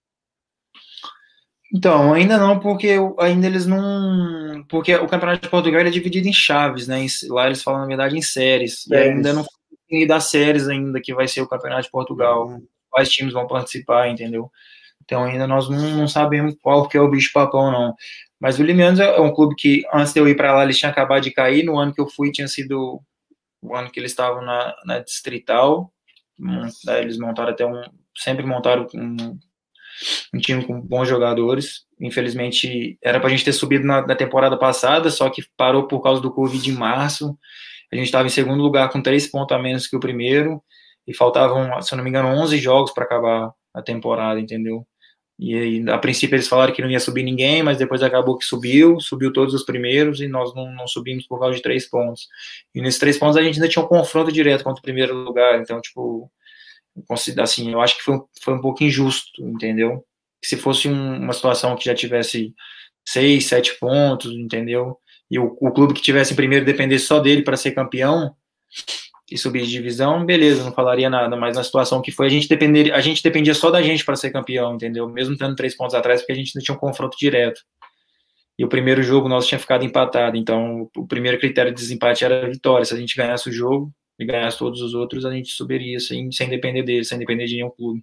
Então, ainda não, porque ainda eles não. Porque o Campeonato de Portugal ele é dividido em chaves, né? Lá eles falam, na verdade, em séries. E ainda não foi das séries ainda que vai ser o Campeonato de Portugal. Uhum. Quais times vão participar, entendeu? Então ainda nós não, não sabemos qual que é o bicho-papão, não. Mas o Limianos é um clube que, antes de eu ir para lá, eles tinham acabado de cair. No ano que eu fui, tinha sido o ano que eles estavam na, na Distrital. Eles montaram até um. Sempre montaram um um time com bons jogadores. Infelizmente, era para a gente ter subido na, na, temporada passada, só que parou por causa do Covid em março. A gente estava em segundo lugar com três pontos a menos que o primeiro, e faltavam, se eu não me engano, onze jogos para acabar a temporada, entendeu? E aí, a princípio eles falaram que não ia subir ninguém, mas depois acabou que subiu, subiu todos os primeiros, e nós não, não subimos por causa de três pontos. E nesses três pontos a gente ainda tinha um confronto direto contra o primeiro lugar, então, tipo, assim, eu acho que foi, foi um pouco injusto, entendeu? Se fosse um, uma situação que já tivesse seis, sete pontos, entendeu? E o, o clube que tivesse em primeiro dependesse só dele para ser campeão e subir de divisão, beleza, não falaria nada. Mas na situação que foi, a gente dependeria, a gente dependia só da gente para ser campeão, entendeu? Mesmo tendo três pontos atrás, porque a gente não tinha um confronto direto. E o primeiro jogo nosso tinha ficado empatado, então o primeiro critério de desempate era a vitória. Se a gente ganhasse o jogo e ganhasse todos os outros, a gente subiria sem, sem depender dele, sem depender de nenhum clube.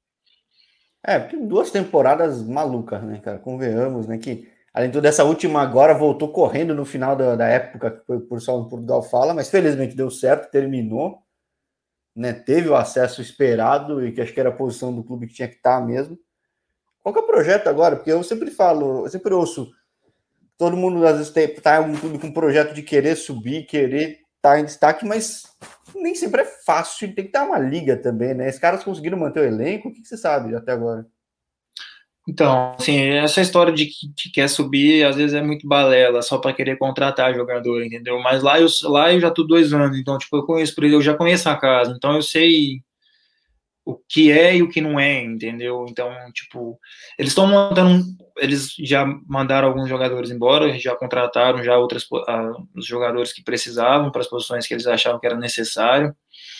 É, porque duas temporadas malucas, né, cara? Convenhamos, né? Que além de tudo, essa última agora voltou correndo no final da, da época que foi por só no Portugal fala, mas felizmente deu certo, terminou, né? Teve o acesso esperado e que acho que era a posição do clube que tinha que estar mesmo. Qual que é o projeto agora? Porque eu sempre falo, eu sempre ouço, todo mundo às vezes está em algum clube com projeto de querer subir, querer estar em destaque, mas nem sempre é fácil, tem que estar uma liga também, né? Esses caras conseguiram manter o elenco, o que, que você sabe até agora? Então, assim, essa história de que, que quer subir, às vezes é muito balela, só para querer contratar jogador, entendeu? Mas lá eu, lá eu já tô dois anos, então, tipo, eu conheço, eu já conheço a casa, então eu sei o que é e o que não é, entendeu? Então, tipo, eles estão montando, eles já mandaram alguns jogadores embora, já contrataram já outras uh, os jogadores que precisavam para as posições que eles achavam que era necessário.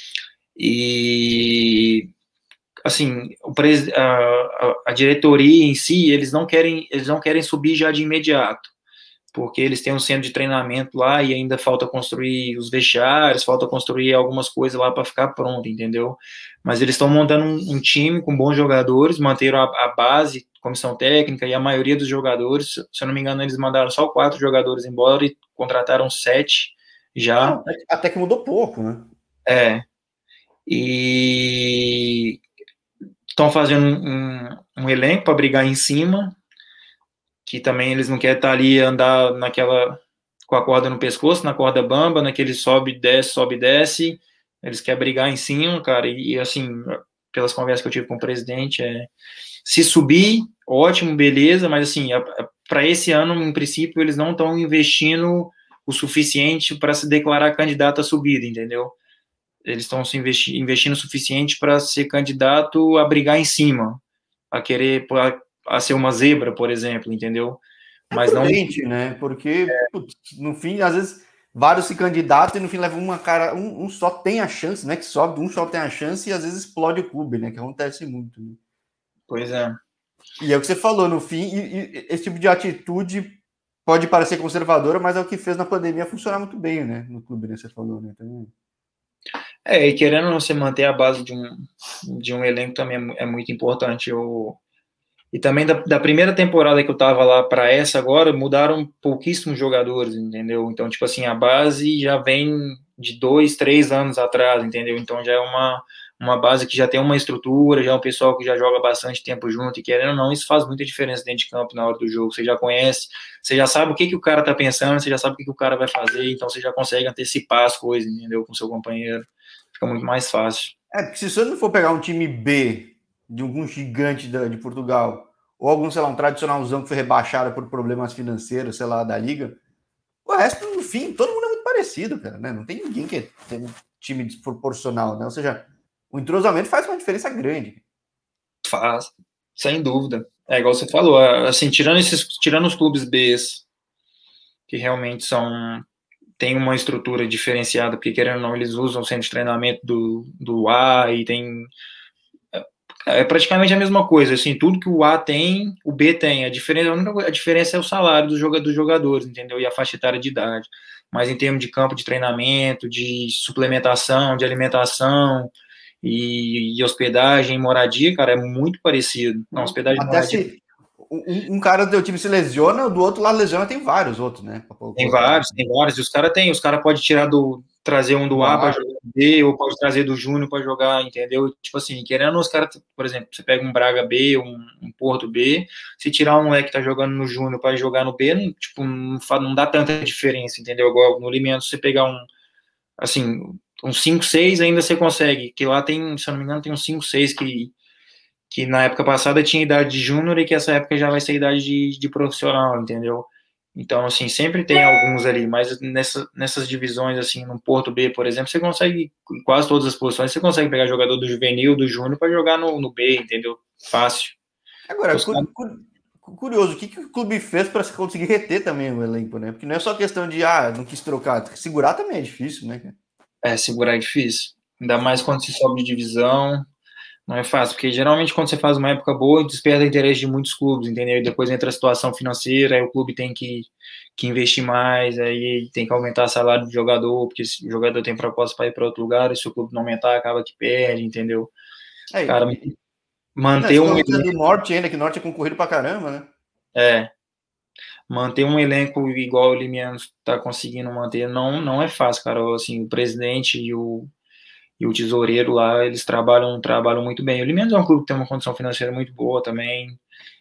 E assim, o pres, a, a diretoria em si, eles não querem, eles não querem subir já de imediato, porque eles têm um centro de treinamento lá e ainda falta construir os vestiários, falta construir algumas coisas lá para ficar pronto, entendeu? Mas eles estão montando um, um time com bons jogadores, manteram a, a base, comissão técnica e a maioria dos jogadores, se eu não me engano, eles mandaram só quatro jogadores embora e contrataram sete já. Não, até que mudou pouco, né? É. E estão fazendo um, um elenco para brigar em cima, que também eles não querem estar ali andar naquela com a corda no pescoço, na corda bamba, naquele sobe, desce, sobe, desce. Eles querem brigar em cima, cara, e, e assim, pelas conversas que eu tive com o presidente, é se subir, ótimo, beleza, mas assim, para esse ano, em princípio, eles não estão investindo o suficiente para se declarar candidato a subida, entendeu? Eles estão se investi investindo o suficiente para ser candidato a brigar em cima, a querer a, a ser uma zebra, por exemplo, entendeu? É mas prudente, não... né? Porque, é. putz, no fim, às vezes, vários se candidatam e no fim levam uma cara... Um, um só tem a chance, né? Que sobe, um só tem a chance e às vezes explode o clube, né? Que acontece muito, né? Pois é. E é o que você falou, no fim, e, e esse tipo de atitude pode parecer conservadora, mas é o que fez na pandemia funcionar muito bem, né? No clube, né? Você falou, né? Então... É, e querendo você manter a base de um, de um elenco também é muito importante. Eu... E também da, da primeira temporada que eu tava lá para essa agora, mudaram pouquíssimos jogadores, entendeu? Então, tipo assim, a base já vem de dois, três anos atrás, entendeu? Então já é uma, uma base que já tem uma estrutura, já é um pessoal que já joga bastante tempo junto, e querendo ou não, isso faz muita diferença dentro de campo na hora do jogo. Você já conhece, você já sabe o que, que o cara tá pensando, você já sabe o que, que o cara vai fazer, então você já consegue antecipar as coisas, entendeu? Com o seu companheiro. Fica muito mais fácil. É, porque se você não for pegar um time B de algum gigante de Portugal, ou algum, sei lá, um tradicionalzão que foi rebaixado por problemas financeiros, sei lá, da liga, o resto, no fim, todo mundo é muito parecido, cara, né? Não tem ninguém que tem um time desproporcional, né? Ou seja, o entrosamento faz uma diferença grande. Faz, sem dúvida. É igual você falou, assim, tirando esses, tirando os clubes B, que realmente são... tem uma estrutura diferenciada, porque querendo ou não, eles usam o centro de treinamento do, do A e tem... É praticamente a mesma coisa, assim, tudo que o A tem, o B tem. A diferença, a única a diferença é o salário dos, joga, dos jogadores, entendeu? E a faixa etária de idade. Mas em termos de campo de treinamento, de suplementação, de alimentação e, e hospedagem, moradia, cara, é muito parecido. Não, hospedagem Até moradia... se um, um cara do teu time se lesiona, do outro lado lesiona, tem vários outros, né? Tem vários, tem vários. E os caras têm, os caras podem tirar do... trazer um do A para jogar no B, ou pode trazer do Júnior para jogar, entendeu? Tipo assim, querendo os caras, por exemplo, você pega um Braga B, um, um Porto B, se tirar um moleque que tá jogando no Júnior para jogar no B, não, tipo, não, não dá tanta diferença, entendeu? Igual no Limeiro, você pegar um, assim, um cinco, seis ainda você consegue, que lá tem, se eu não me engano, tem um cinco, seis que, que na época passada tinha idade de Júnior e que essa época já vai ser idade de, de profissional, entendeu? Então, assim, sempre tem alguns ali, mas nessa, nessas divisões, assim, no Porto B, por exemplo, você consegue, em quase todas as posições, você consegue pegar jogador do juvenil, do júnior, para jogar no, no B, entendeu? Fácil. Agora, cu caras... curioso, o que, que o clube fez para conseguir reter também o elenco, né? Porque não é só questão de, ah, não quis trocar, segurar também é difícil, né? É, segurar é difícil. Ainda mais quando se sobe de divisão. Não é fácil, porque geralmente quando você faz uma época boa, desperta o interesse de muitos clubes, entendeu? E depois entra a situação financeira, aí o clube tem que, que investir mais, aí tem que aumentar o salário do jogador, porque se o jogador tem proposta para ir para outro lugar, e se o clube não aumentar, acaba que perde, entendeu? É, cara, e... manter não, um elenco... do Norte ainda, que o Norte é concorrido pra caramba, né? É. Manter um elenco igual o Limiano está conseguindo manter não, não é fácil, cara. Assim, o presidente e o e o tesoureiro lá, eles trabalham, trabalham muito bem. O Limeira é um clube que tem uma condição financeira muito boa também,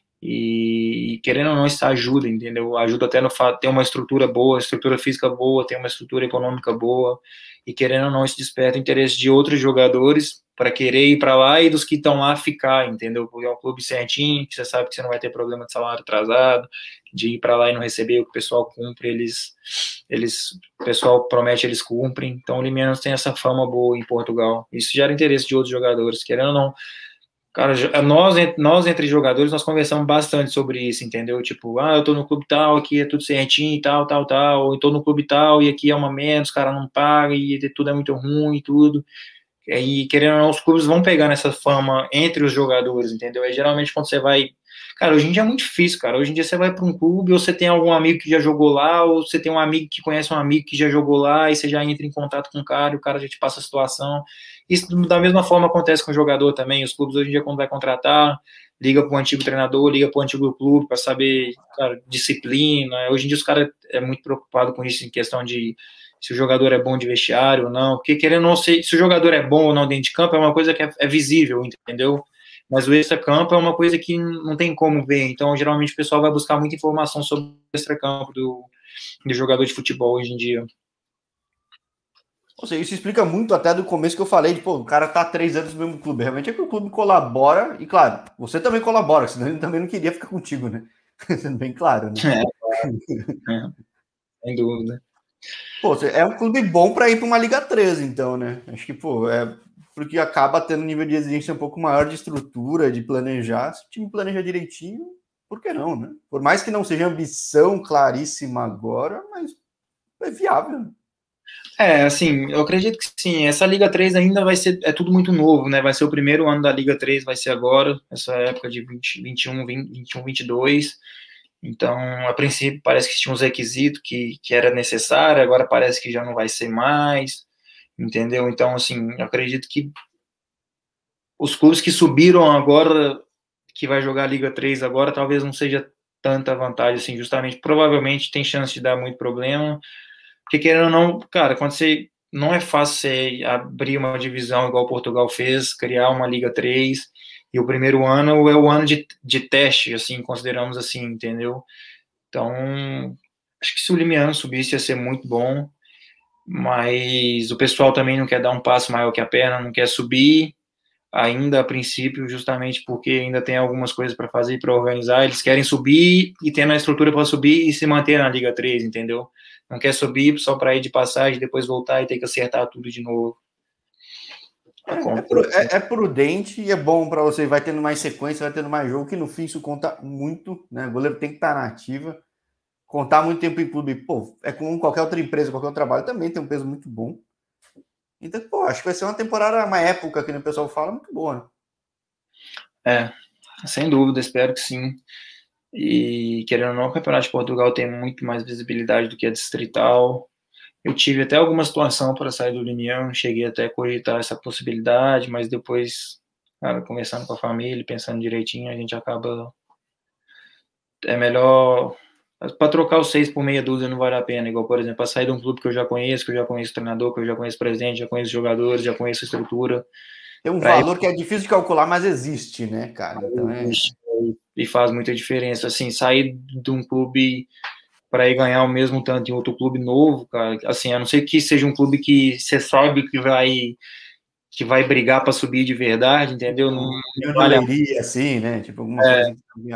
e querendo ou não, isso ajuda, entendeu? Ajuda até no fato de ter uma estrutura boa, estrutura física boa, ter uma estrutura econômica boa, e querendo ou não, isso desperta o interesse de outros jogadores para querer ir para lá e dos que estão lá ficar, entendeu? Porque é um clube certinho, que você sabe que você não vai ter problema de salário atrasado, de ir para lá e não receber o que o pessoal cumpre, eles, eles, o pessoal promete, eles cumprem. Então o Limeira tem essa fama boa em Portugal. Isso gera interesse de outros jogadores, querendo ou não. Cara, nós, nós entre jogadores, nós conversamos bastante sobre isso, entendeu? Tipo, ah, eu tô no clube tal, aqui é tudo certinho e tal, tal, tal, ou eu tô no clube tal e aqui é uma menos, os caras não pagam e tudo é muito ruim e tudo. E aí, querendo ou não, os clubes vão pegar nessa fama entre os jogadores, entendeu? Aí, geralmente, quando você vai... Cara, hoje em dia é muito difícil, cara. Hoje em dia você vai para um clube, ou você tem algum amigo que já jogou lá, ou você tem um amigo que conhece um amigo que já jogou lá, e você já entra em contato com o cara, e o cara já te passa a situação. Isso, da mesma forma, acontece com o jogador também. Os clubes, hoje em dia, quando vai contratar, liga para o antigo treinador, liga para o antigo clube para saber, cara, disciplina. Hoje em dia, os caras é muito preocupado com isso, em questão de se o jogador é bom de vestiário ou não, porque querendo ou não, se, se o jogador é bom ou não dentro de campo, é uma coisa que é, é visível, entendeu? Mas o extra-campo é uma coisa que não tem como ver, então geralmente o pessoal vai buscar muita informação sobre o extra-campo do, do jogador de futebol hoje em dia. Ou seja, isso explica muito até do começo que eu falei, de, pô, o cara tá há três anos no mesmo clube, realmente é que o clube colabora, e claro, você também colabora, senão ele também não queria ficar contigo, né? Sendo bem claro, né? É, é, sem dúvida. Pô, é um clube bom para ir para uma Liga três, então, né? Acho que, pô, é porque acaba tendo um nível de exigência um pouco maior de estrutura, de planejar. Se o time planeja direitinho, por que não, né? Por mais que não seja ambição claríssima agora, mas é viável, né? É, assim, eu acredito que sim. Essa Liga três ainda vai ser, é tudo muito novo, né? Vai ser o primeiro ano da Liga três, vai ser agora, essa época de vinte, vinte e um, vinte, vinte e um, vinte e dois. Então, a princípio, parece que tinha uns requisitos que, que era necessário, agora parece que já não vai ser mais, entendeu? Então, assim, eu acredito que os clubes que subiram agora, que vai jogar a Liga três agora, talvez não seja tanta vantagem, assim, justamente, provavelmente tem chance de dar muito problema, porque querendo ou não, cara, quando você, não é fácil você abrir uma divisão igual Portugal fez, criar uma Liga três, e o primeiro ano é o ano de, de teste, assim, consideramos assim, entendeu? Então, acho que se o Limiano subisse ia ser muito bom, mas o pessoal também não quer dar um passo maior que a perna, não quer subir, ainda a princípio, justamente porque ainda tem algumas coisas para fazer, para organizar. Eles querem subir e tendo a estrutura para subir e se manter na Liga três, entendeu? Não quer subir só para ir de passagem, depois voltar e ter que acertar tudo de novo. É, é, pru- é- é prudente e é bom para você. Vai tendo mais sequência, vai tendo mais jogo, que no fim isso conta muito, né? O goleiro tem que estar na ativa. Contar muito tempo em clube, pô, é como qualquer outra empresa, qualquer outro trabalho, também tem um peso muito bom. Então, pô, acho que vai ser uma temporada, uma época que o pessoal fala, muito boa, né? É, sem dúvida, espero que sim. E querendo ou não, o Campeonato de Portugal tem muito mais visibilidade do que a distrital. Eu tive até alguma situação para sair do Limião, cheguei até a cogitar essa possibilidade, mas depois, cara, conversando com a família, pensando direitinho, a gente acaba. É melhor. Para trocar os seis por meia dúzia não vale a pena. Igual, por exemplo, para sair de um clube que eu já conheço, que eu já conheço o treinador, que eu já conheço o presidente, já conheço os jogadores, já conheço a estrutura. Tem um Pra valor ir... que é difícil de calcular, mas existe, né, cara? Então é... E faz muita diferença. Assim, sair de um clube para ir ganhar o mesmo tanto em outro clube novo, cara, assim, a não ser que seja um clube que você sabe que vai que vai brigar para subir de verdade, entendeu? Não, não vale a... Leiria, assim, né? Tipo, alguma é, coisa assim.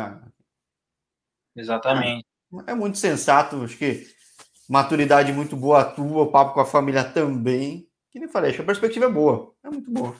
Exatamente. É, é muito sensato, acho que maturidade muito boa a tua, o papo com a família também. Que nem falei, acho que a perspectiva é boa, é muito boa.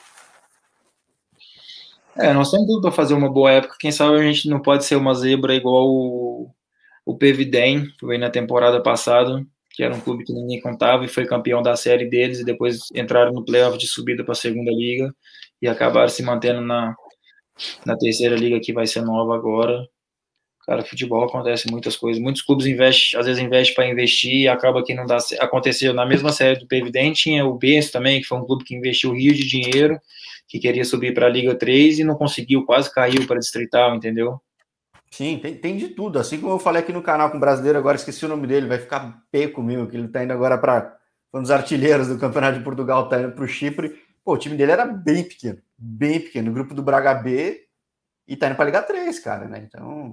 É, nós temos tudo para fazer uma boa época. Quem sabe a gente não pode ser uma zebra igual o, o Pevidem, que veio na temporada passada, que era um clube que ninguém contava e foi campeão da série deles, e depois entraram no playoff de subida para a segunda liga e acabaram se mantendo na, na terceira liga, que vai ser nova agora. Cara, futebol acontece muitas coisas. Muitos clubes investem, às vezes investem para investir e acaba que não dá certo. Aconteceu na mesma série do Pevidem, tinha o Benço também, que foi um clube que investiu rios de dinheiro, que queria subir para a Liga três e não conseguiu, quase caiu para a Distrital, entendeu? Sim, tem, tem de tudo. Assim como eu falei aqui no canal com o brasileiro, agora esqueci o nome dele, vai ficar pé comigo, que ele tá indo agora para um dos artilheiros do Campeonato de Portugal, tá indo para o Chipre. Pô, o time dele era bem pequeno, bem pequeno. O grupo do Braga B e tá indo para a Liga três, cara, né? Então.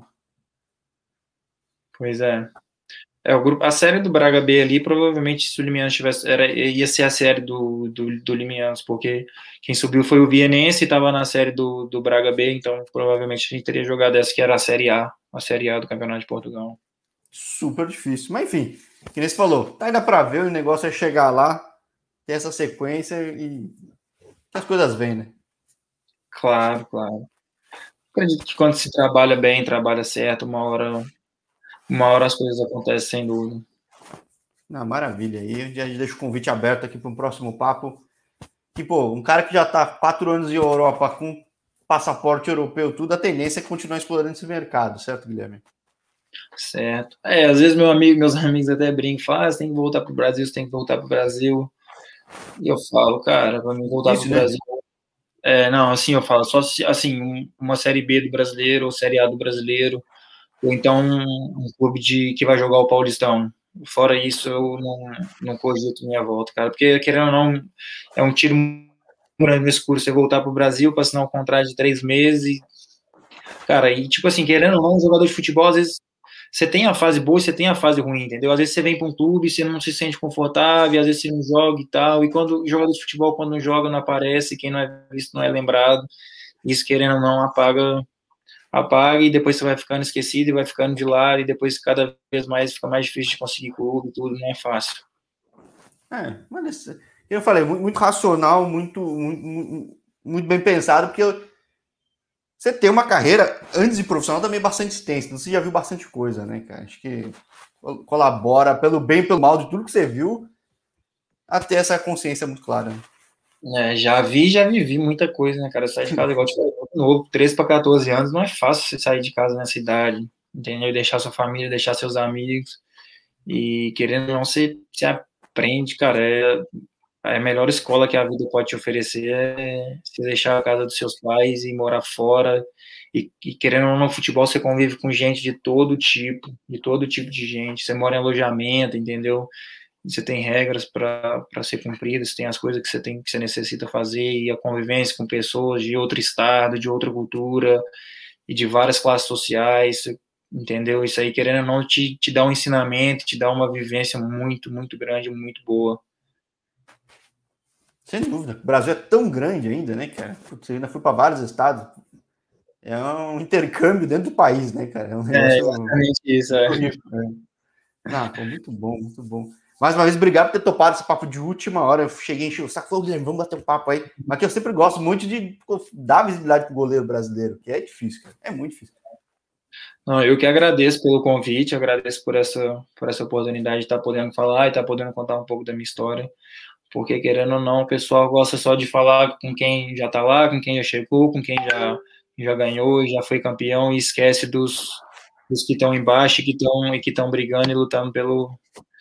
Pois é. É, o grupo, a série do Braga B ali, provavelmente, se o Limianos tivesse, era, ia ser a série do, do, do Limianos, porque quem subiu foi o Vienense, estava na série do, do Braga B, então provavelmente a gente teria jogado essa que era a série A, a série A do Campeonato de Portugal. Super difícil. Mas enfim, que nem você falou, tá ainda para ver, o negócio é chegar lá, ter essa sequência e que as coisas vêm, né? Claro, claro. Acredito que quando se trabalha bem, trabalha certo, uma hora, uma hora as coisas acontecem sem dúvida. Na maravilha. E já deixo o convite aberto aqui para um próximo papo. Que, pô, um cara que já tá quatro anos em Europa com passaporte europeu, tudo, a tendência é continuar explorando esse mercado, certo, Guilherme? Certo. É, às vezes meu amigo, meus amigos até brincam, falam, ah, você tem que voltar pro Brasil, você tem que voltar pro Brasil. E eu falo, cara, para mim voltar Isso, pro né? Brasil. É, não, assim, eu falo, só se, assim, uma Série B do brasileiro, ou Série A do brasileiro, ou então um, um clube de, que vai jogar o Paulistão. Fora isso, eu não, não cogito minha volta, cara, porque, querendo ou não, é um tiro grande no escuro você voltar pro Brasil para assinar um contrato de três meses, e, cara, e tipo assim, querendo ou não, um jogador de futebol, às vezes, você tem a fase boa e você tem a fase ruim, entendeu? Às vezes você vem para um clube e você não se sente confortável, às vezes você não joga e tal, e quando o jogador de futebol, quando não joga, não aparece, quem não é visto não é lembrado, isso, querendo ou não, apaga, apaga e depois você vai ficando esquecido e vai ficando de lado, e depois cada vez mais fica mais difícil de conseguir clube, tudo não é fácil. É, mas eu falei, muito, muito racional, muito, muito, muito bem pensado, porque eu, você tem uma carreira, antes de profissional, também bastante extensa. Então você já viu bastante coisa, né, cara? Acho que colabora pelo bem e pelo mal de tudo que você viu, a ter essa consciência muito clara. Né? É, já vi, já vivi muita coisa, né, cara? Sair de casa, igual eu te falei, muito novo, treze para quatorze anos, não é fácil você sair de casa nessa idade, entendeu? E deixar sua família, deixar seus amigos, e querendo ou não, você, você aprende, cara, é, é a melhor escola que a vida pode te oferecer é você deixar a casa dos seus pais e morar fora, e, e querendo ou não, no futebol você convive com gente de todo tipo, de todo tipo de gente, você mora em alojamento, entendeu? Você tem regras para ser cumpridas, tem as coisas que você tem que você necessita fazer, e a convivência com pessoas de outro estado, de outra cultura e de várias classes sociais, entendeu? Isso aí, querendo ou não, te, te dá um ensinamento, te dá uma vivência muito, muito grande, muito boa. Sem dúvida. O Brasil é tão grande ainda, né, cara? Você ainda foi para vários estados. É um intercâmbio dentro do país, né, cara? É um negócio... É exatamente isso. É. Não, pô, muito bom, muito bom. Mais uma vez, obrigado por ter topado esse papo de última hora. Eu cheguei, enchi o saco, falei, Guilherme, vamos bater um papo aí. Mas que eu sempre gosto muito de dar visibilidade pro goleiro brasileiro, que é difícil, cara. É muito difícil. Não, eu que agradeço pelo convite, agradeço por essa, por essa oportunidade de estar podendo falar e estar podendo contar um pouco da minha história. Porque, querendo ou não, o pessoal gosta só de falar com quem já tá lá, com quem já chegou, com quem já, já ganhou, já foi campeão, e esquece dos, dos que estão embaixo e que estão e que estão brigando e lutando pelo,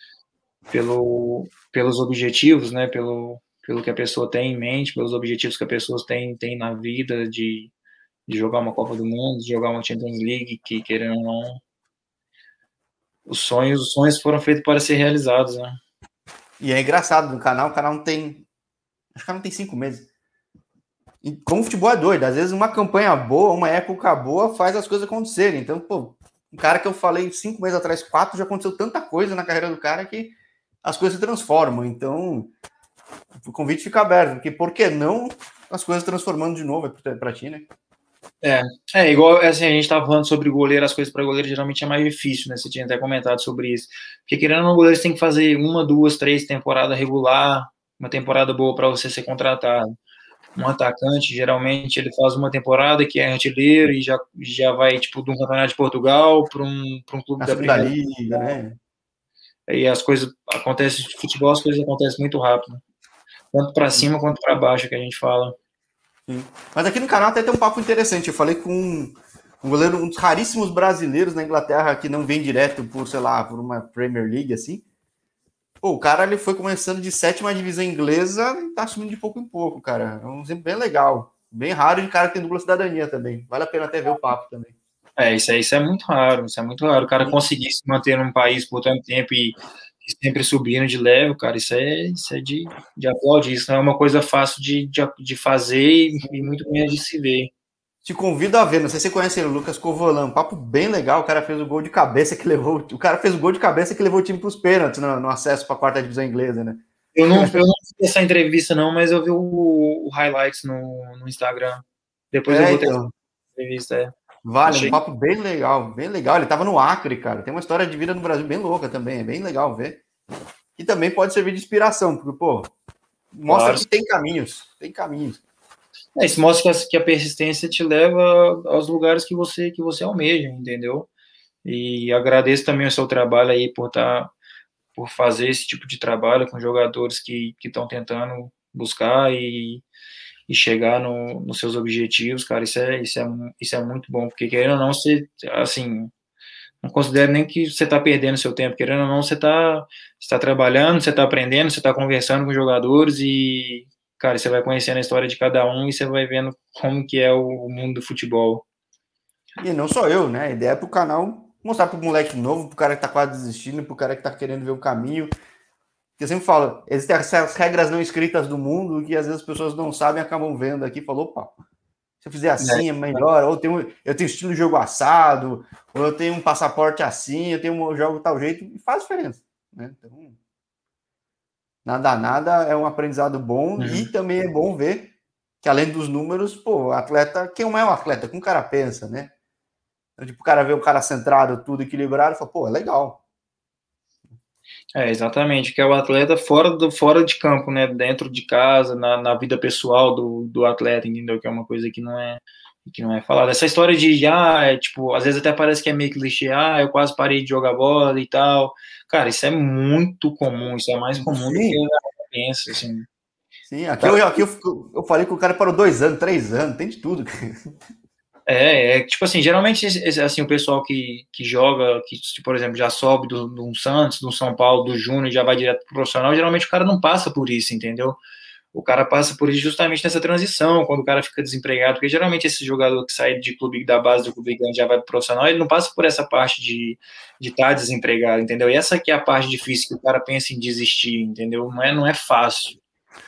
pelo, pelos objetivos, né? Pelo, pelo que a pessoa tem em mente, pelos objetivos que a pessoa tem, tem na vida, de, de jogar uma Copa do Mundo, de jogar uma Champions League, que, querendo ou não, os sonhos, os sonhos foram feitos para ser realizados, né? E é engraçado, no canal, o canal não tem... Acho que não tem cinco meses. E como o futebol é doido, às vezes uma campanha boa, uma época boa, faz as coisas acontecerem. Então, pô, um cara que eu falei cinco meses atrás, quatro, já aconteceu tanta coisa na carreira do cara que as coisas se transformam. Então, o convite fica aberto, porque por que não as coisas transformando de novo para ti, né? É, é igual assim, a gente estava falando sobre goleiro, as coisas para goleiro geralmente é mais difícil, né? Você tinha até comentado sobre isso. Porque querendo ou não, o goleiro tem que fazer uma, duas, três temporadas regular, uma temporada boa para você ser contratado. Um atacante, geralmente, ele faz uma temporada que é artilheiro e já, já vai, tipo, de um campeonato de Portugal para um, para um clube Na da segunda Primeira liga, né? E as coisas acontecem, de futebol, as coisas acontecem muito rápido. Tanto para cima quanto para baixo, que a gente fala. Sim. Mas aqui no canal até tem um papo interessante. Eu falei com um, um goleiro, um dos raríssimos brasileiros na Inglaterra que não vem direto por, sei lá, por uma Premier League, assim. Pô, o cara ele foi começando de sétima divisão inglesa e tá subindo de pouco em pouco, cara. É um exemplo bem legal. Bem raro de cara que tem dupla cidadania também. Vale a pena até ver o papo também. É, isso é, isso é muito raro, isso é muito raro. O cara conseguir se manter num país por tanto tempo e, e sempre subindo de level, cara, isso é, isso é de, de aplaudir. Isso não é uma coisa fácil de, de, de fazer e, e muito menos de se ver. Te convido a ver, não sei se você conhece ele, o Lucas Covolan, um papo bem legal, o cara fez o gol de cabeça que levou, o cara fez o gol de cabeça que levou o time para os pênaltis no, no acesso para a quarta divisão inglesa, né? Eu não, eu não vi essa entrevista não, mas eu vi o, o highlights no, no Instagram. Depois é, eu vou ter então, essa entrevista. É. Vale, Achei. Um papo bem legal, bem legal. Ele tava no Acre, cara. Tem uma história de vida no Brasil bem louca também, é bem legal ver. E também pode servir de inspiração, porque, pô, mostra claro. Que tem caminhos, tem caminhos. É, isso mostra que a persistência te leva aos lugares que você, que você almeja, entendeu? E agradeço também o seu trabalho aí por tá, por fazer esse tipo de trabalho com jogadores que estão tentando buscar e, e chegar no, nos seus objetivos, cara, isso é, isso, é, isso é muito bom, porque querendo ou não, você, assim, não considero nem que você está perdendo seu tempo, querendo ou não, você está você tá trabalhando, você está aprendendo, você está conversando com jogadores e, cara, você vai conhecendo a história de cada um e você vai vendo como que é o mundo do futebol. E não só eu, né? A ideia é pro canal mostrar pro moleque novo, pro cara que tá quase desistindo, pro cara que tá querendo ver o caminho. Eu sempre falo, existem essas regras não escritas do mundo que às vezes as pessoas não sabem e acabam vendo aqui. Falou, opa, se eu fizer assim é melhor, ou eu tenho, eu tenho estilo de jogo assado, ou eu tenho um passaporte assim, eu tenho um jogo tal jeito, e faz diferença, né? Então, nada, nada é um aprendizado bom, uhum. E também é bom ver que além dos números, pô, o atleta, quem não é um atleta, como o cara pensa, né? Então, tipo, o cara vê o cara centrado, tudo equilibrado, e fala, pô, é legal. É, exatamente, que é o atleta fora, do, fora de campo, né, dentro de casa, na, na vida pessoal do, do atleta, entendeu? Que é uma coisa que não é, que não é falado. Essa história de, ah, é, tipo, às vezes até parece que é meio clichê, ah, eu quase parei de jogar bola e tal. Cara, isso é muito comum, isso é mais comum do que Sim. eu penso, assim. Sim, aqui, eu, aqui eu, eu falei que o cara parou dois anos, três anos, tem de tudo. É, é tipo assim, geralmente, assim, o pessoal que, que joga, que, por exemplo, já sobe do, do Santos, do São Paulo, do Júnior, já vai direto pro profissional, geralmente o cara não passa por isso, entendeu? O cara passa por isso justamente nessa transição, quando o cara fica desempregado, porque geralmente esse jogador que sai de clube da base do clube grande já vai pro profissional, ele não passa por essa parte de de estar desempregado, entendeu? E essa aqui é a parte difícil que o cara pensa em desistir, entendeu? Não é, não é fácil.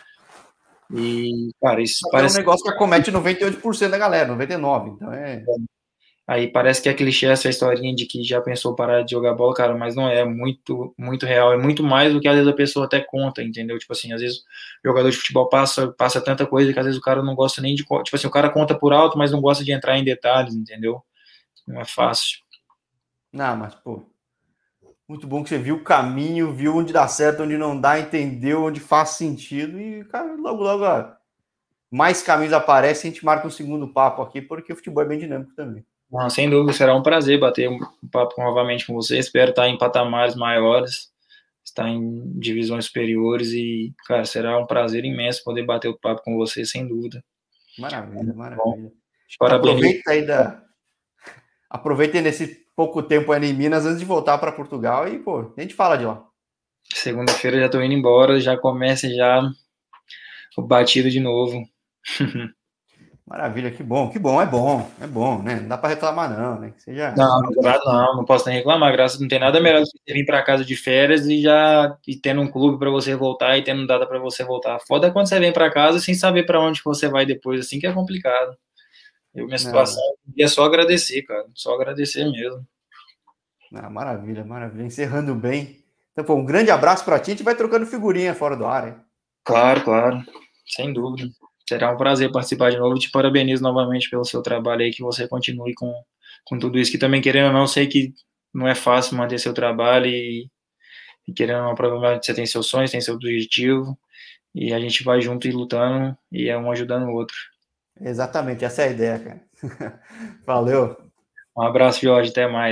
E, cara, isso Mas parece... é um negócio que acomete noventa e oito por cento da galera, noventa e nove por cento, então é... Aí parece que é clichê essa historinha de que já pensou parar de jogar bola, cara, mas não é, é muito, muito real, é muito mais do que às vezes a pessoa até conta, entendeu? Tipo assim, às vezes o jogador de futebol passa, passa tanta coisa que às vezes o cara não gosta nem de, tipo assim, o cara conta por alto, mas não gosta de entrar em detalhes, entendeu? Não é fácil. Não, mas, pô, muito bom que você viu o caminho, viu onde dá certo, onde não dá, entendeu, onde faz sentido e, cara, logo, logo, ó, mais caminhos aparecem, a gente marca um segundo papo aqui, porque o futebol é bem dinâmico também. Não, sem dúvida, será um prazer bater um papo novamente com você. Espero estar em patamares maiores, estar em divisões superiores e, cara, será um prazer imenso poder bater o papo com você, sem dúvida. Maravilha, Bom, maravilha. parabéns. Aproveita aí da... Aproveita nesse pouco tempo aí em Minas antes de voltar para Portugal e, pô, a gente fala de lá. Segunda-feira já estou indo embora, já começa já o batido de novo. Maravilha, que bom, que bom, é bom, é bom, né? Não dá para reclamar não, né? Que seja... Não, não, não, não posso nem reclamar, graças, não tem nada melhor do que você vir para casa de férias e já e tendo um clube para você voltar e tendo data para você voltar. Foda é quando você vem para casa sem saber para onde você vai depois, assim que é complicado. Eu, minha situação, Não, é só agradecer, cara, só agradecer mesmo. não, maravilha, maravilha, encerrando bem. Então, pô, um grande abraço para ti, a gente vai trocando figurinha fora do ar, hein? Claro, claro, sem dúvida. Será um prazer participar de novo. Te parabenizo novamente pelo seu trabalho aí, que você continue com, com tudo isso, que também, querendo ou não, sei que não é fácil manter seu trabalho e, e querendo ou não, provavelmente você tem seus sonhos, tem seu objetivo, e a gente vai junto e lutando, e é um ajudando o outro. Exatamente, essa é a ideia, cara. Valeu. Um abraço, Jorge, até mais.